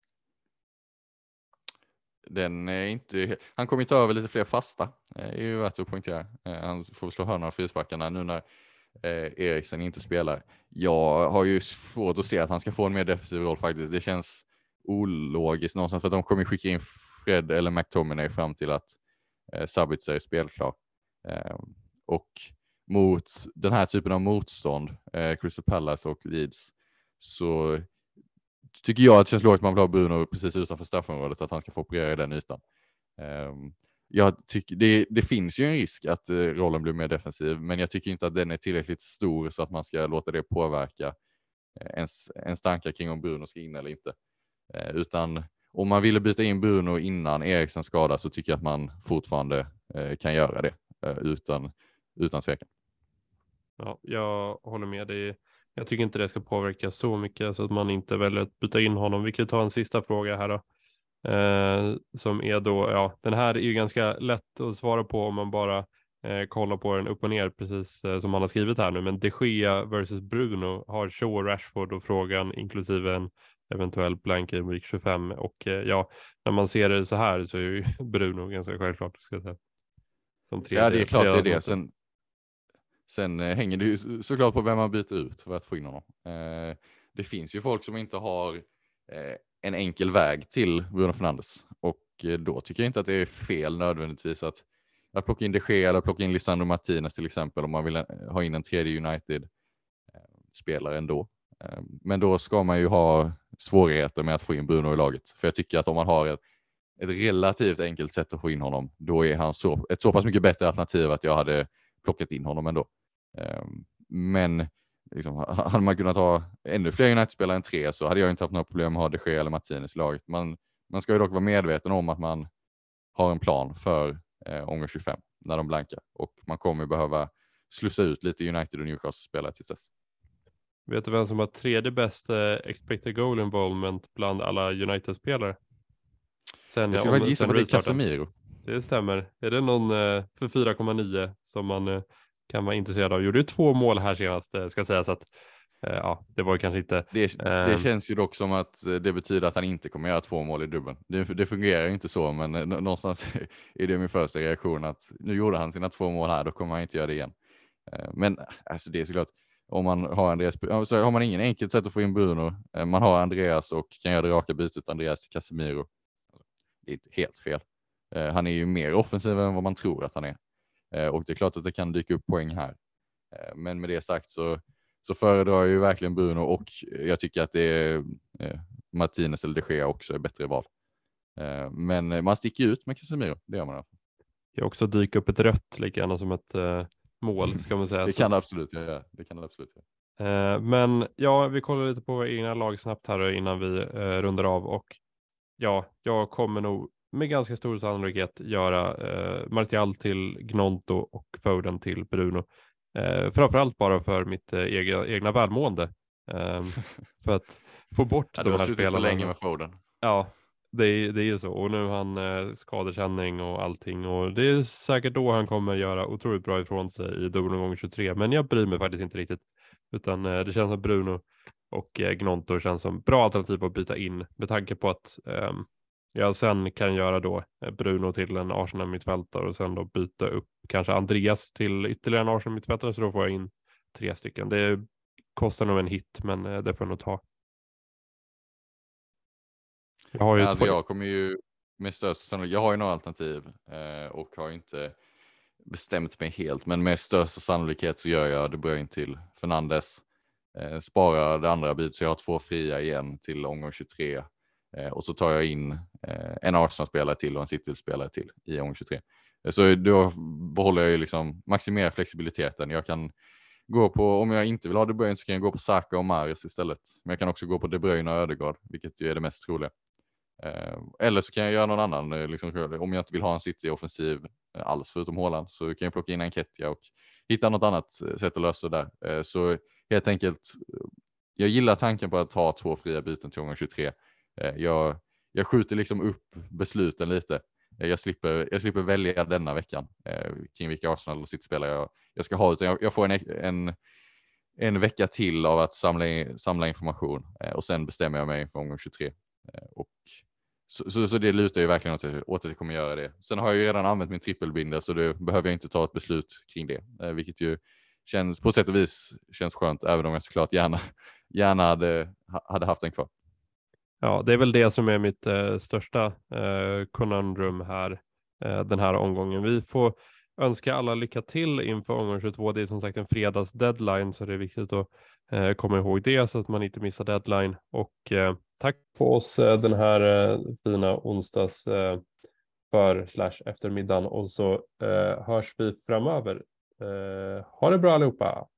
Den är inte, han kommer ta över lite fler fasta, det är ju värt att poängtera. Han får slå hörna av frisparkarna nu när eh, Eriksen inte spelar. Jag har ju svårt att se att han ska få en mer defensiv roll faktiskt. Det känns ologiskt någonstans för att de kommer skicka in Fred eller McTominay fram till att eh, Sabitzer är spelklar. Eh, Och mot den här typen av motstånd, eh, Crystal Palace och Leeds, så tycker jag att det känns logiskt att man vill ha Bruno precis utanför straffområdet, att han ska få operera i den ytan. Eh, jag tycker, det, det finns ju en risk att eh, rollen blir mer defensiv, men jag tycker inte att den är tillräckligt stor så att man ska låta det påverka eh, ens, ens tankar kring om Bruno ska in eller inte. Eh, utan om man ville byta in Bruno innan Eriksen skada så tycker jag att man fortfarande eh, kan göra det eh, utan Utan tvekan. Ja, jag håller med dig. Jag tycker inte det ska påverka så mycket så att man inte väljer att byta in honom. Vi kan ta en sista fråga här då. Eh, som är då, ja, den här är ju ganska lätt att svara på om man bara eh, kollar på den upp och ner precis eh, som man har skrivit här nu. Men De Gea versus Bruno har Shaw, Rashford och frågan inklusive en eventuell blank i week tjugofem. Och eh, ja, när man ser det så här så är ju Bruno ganska självklart, ska jag säga. Som tredje, ja, det är klart det är det. Sen, Sen eh, hänger det ju såklart på vem man byter ut för att få in honom. Eh, det finns ju folk som inte har eh, en enkel väg till Bruno Fernandes. Och eh, då tycker jag inte att det är fel nödvändigtvis att, att plocka in De Gea eller plocka in Lisandro Martinez till exempel om man vill ha in en tredje United-spelare ändå. Eh, men då ska man ju ha svårigheter med att få in Bruno i laget. För jag tycker att om man har ett, ett relativt enkelt sätt att få in honom, då är han så, ett så pass mycket bättre alternativ att jag hade plockat in honom ändå. Men liksom, hade man kunnat ha ännu fler United-spelare än tre så hade jag inte haft några problem med att ha De Gea eller Martinez i laget. Man, man ska ju dock vara medveten om att man har en plan för eh, omgång tjugofem när de blankar. Och man kommer behöva slussa ut lite United och Newcastle-spelare till dess. Vet du vem som har tredje bästa expected goal involvement bland alla United-spelare? Sen, Jag skulle faktiskt gissa på det Casemiro. Det stämmer. Är det någon eh, för fyra komma nio som man eh, kan vara intresserad av? Gjorde ju två mål här senast, eh, ska säga så att eh, ja, det var kanske inte... Det, eh, det känns ju dock som att det betyder att han inte kommer göra två mål i dubbeln. Det, det fungerar ju inte så, men eh, någonstans är det min första reaktion att nu gjorde han sina två mål här, då kommer han inte göra det igen. Eh, men alltså det är såklart, om man har Andreas, så har man ingen enkelt sätt att få in Bruno. Eh, man har Andreas och kan göra det raka bytet Andreas till Casemiro. Det är inte helt fel. Eh, han är ju mer offensiv än vad man tror att han är. Eh, och det är klart att det kan dyka upp poäng här. Eh, men med det sagt så, så föredrar jag ju verkligen Bruno och jag tycker att det är eh, Martinez eller De Gea också är bättre val. Eh, men man sticker ut med Casemiro, det gör man. Det är också dyka upp ett rött lika gärna som ett eh, mål ska man säga. det kan det absolut göra. Det kan det absolut göra. Eh, men ja, vi kollar lite på våra egna lag snabbt här innan vi eh, rundar av och ja, jag kommer nog med ganska stor sannolikhet göra eh, Martial till Gnonto och Foden till Bruno. Eh, framförallt bara för mitt eh, egna, egna välmående. Eh, för att få bort ja, de här spelarna. för länge med Foden. Ja, det är, det är ju så. Och nu har han eh, skadekänning och allting. Och det är säkert då han kommer göra otroligt bra ifrån sig i dubbelomgång tjugotre. Men jag bryr mig faktiskt inte riktigt. Utan eh, det känns som Bruno och eh, Gnonto känns som bra alternativ att byta in. Med tanke på att eh, jag sen kan göra då Bruno till en Arsenal mittfältare och sen då byta upp kanske Andreas till ytterligare en Arsenal mittfältare, så då får jag in tre stycken. Det kostar nog en hit, men det får jag nog ta. Jag har ju alltså två... jag kommer ju med största jag har ju några alternativ eh, och har inte bestämt mig helt, men med största sannolikhet så gör jag De Bruyne till Fernandes. Eh, sparar det andra bytet så jag har två fria igen till omgång tjugotre. Eh, och så tar jag in eh, en Arsenal-spelare till och en City-spelare till i omgång tjugotre. Eh, så då behåller jag ju liksom maximerar flexibiliteten. Jag kan gå på, om jag inte vill ha De Bruyne så kan jag gå på Saka och Mahrez istället. Men jag kan också gå på De Bruyne och Ödegaard, vilket ju är det mest troliga. Eh, eller så kan jag göra någon annan, eh, liksom, om jag inte vill ha en City-offensiv eh, alls förutom Haaland, så kan jag plocka in en Ketja och hitta något annat sätt att lösa det där. Eh, så helt enkelt, jag gillar tanken på att ta två fria byten till omgång tjugotre. Eh, jag, jag skjuter liksom upp besluten lite. Eh, jag, slipper, jag slipper välja denna veckan eh, kring vilka Arsenal och City-spelare jag, jag ska ha, utan jag, jag får en, en, en vecka till av att samla, samla information eh, och sen bestämmer jag mig för omgång tjugotre. Eh, och så, så, så det lutar ju verkligen åt, åt att jag kommer göra det. Sen har jag ju redan använt min trippelbinder, så det behöver jag inte ta ett beslut kring det. Eh, vilket ju känns, på sätt och vis känns skönt, även om jag såklart gärna, gärna hade, hade haft den kvar. Ja, det är väl det som är mitt eh, största eh, conundrum här eh, den här omgången. Vi får önska alla lycka till inför omgång tjugotvå. Det är som sagt en fredags deadline, så det är viktigt att eh, komma ihåg det så att man inte missar deadline. Och eh, tack på oss eh, den här eh, fina onsdags eh, för slash eftermiddagen, och så eh, hörs vi framöver. Eh, ha det bra allihopa!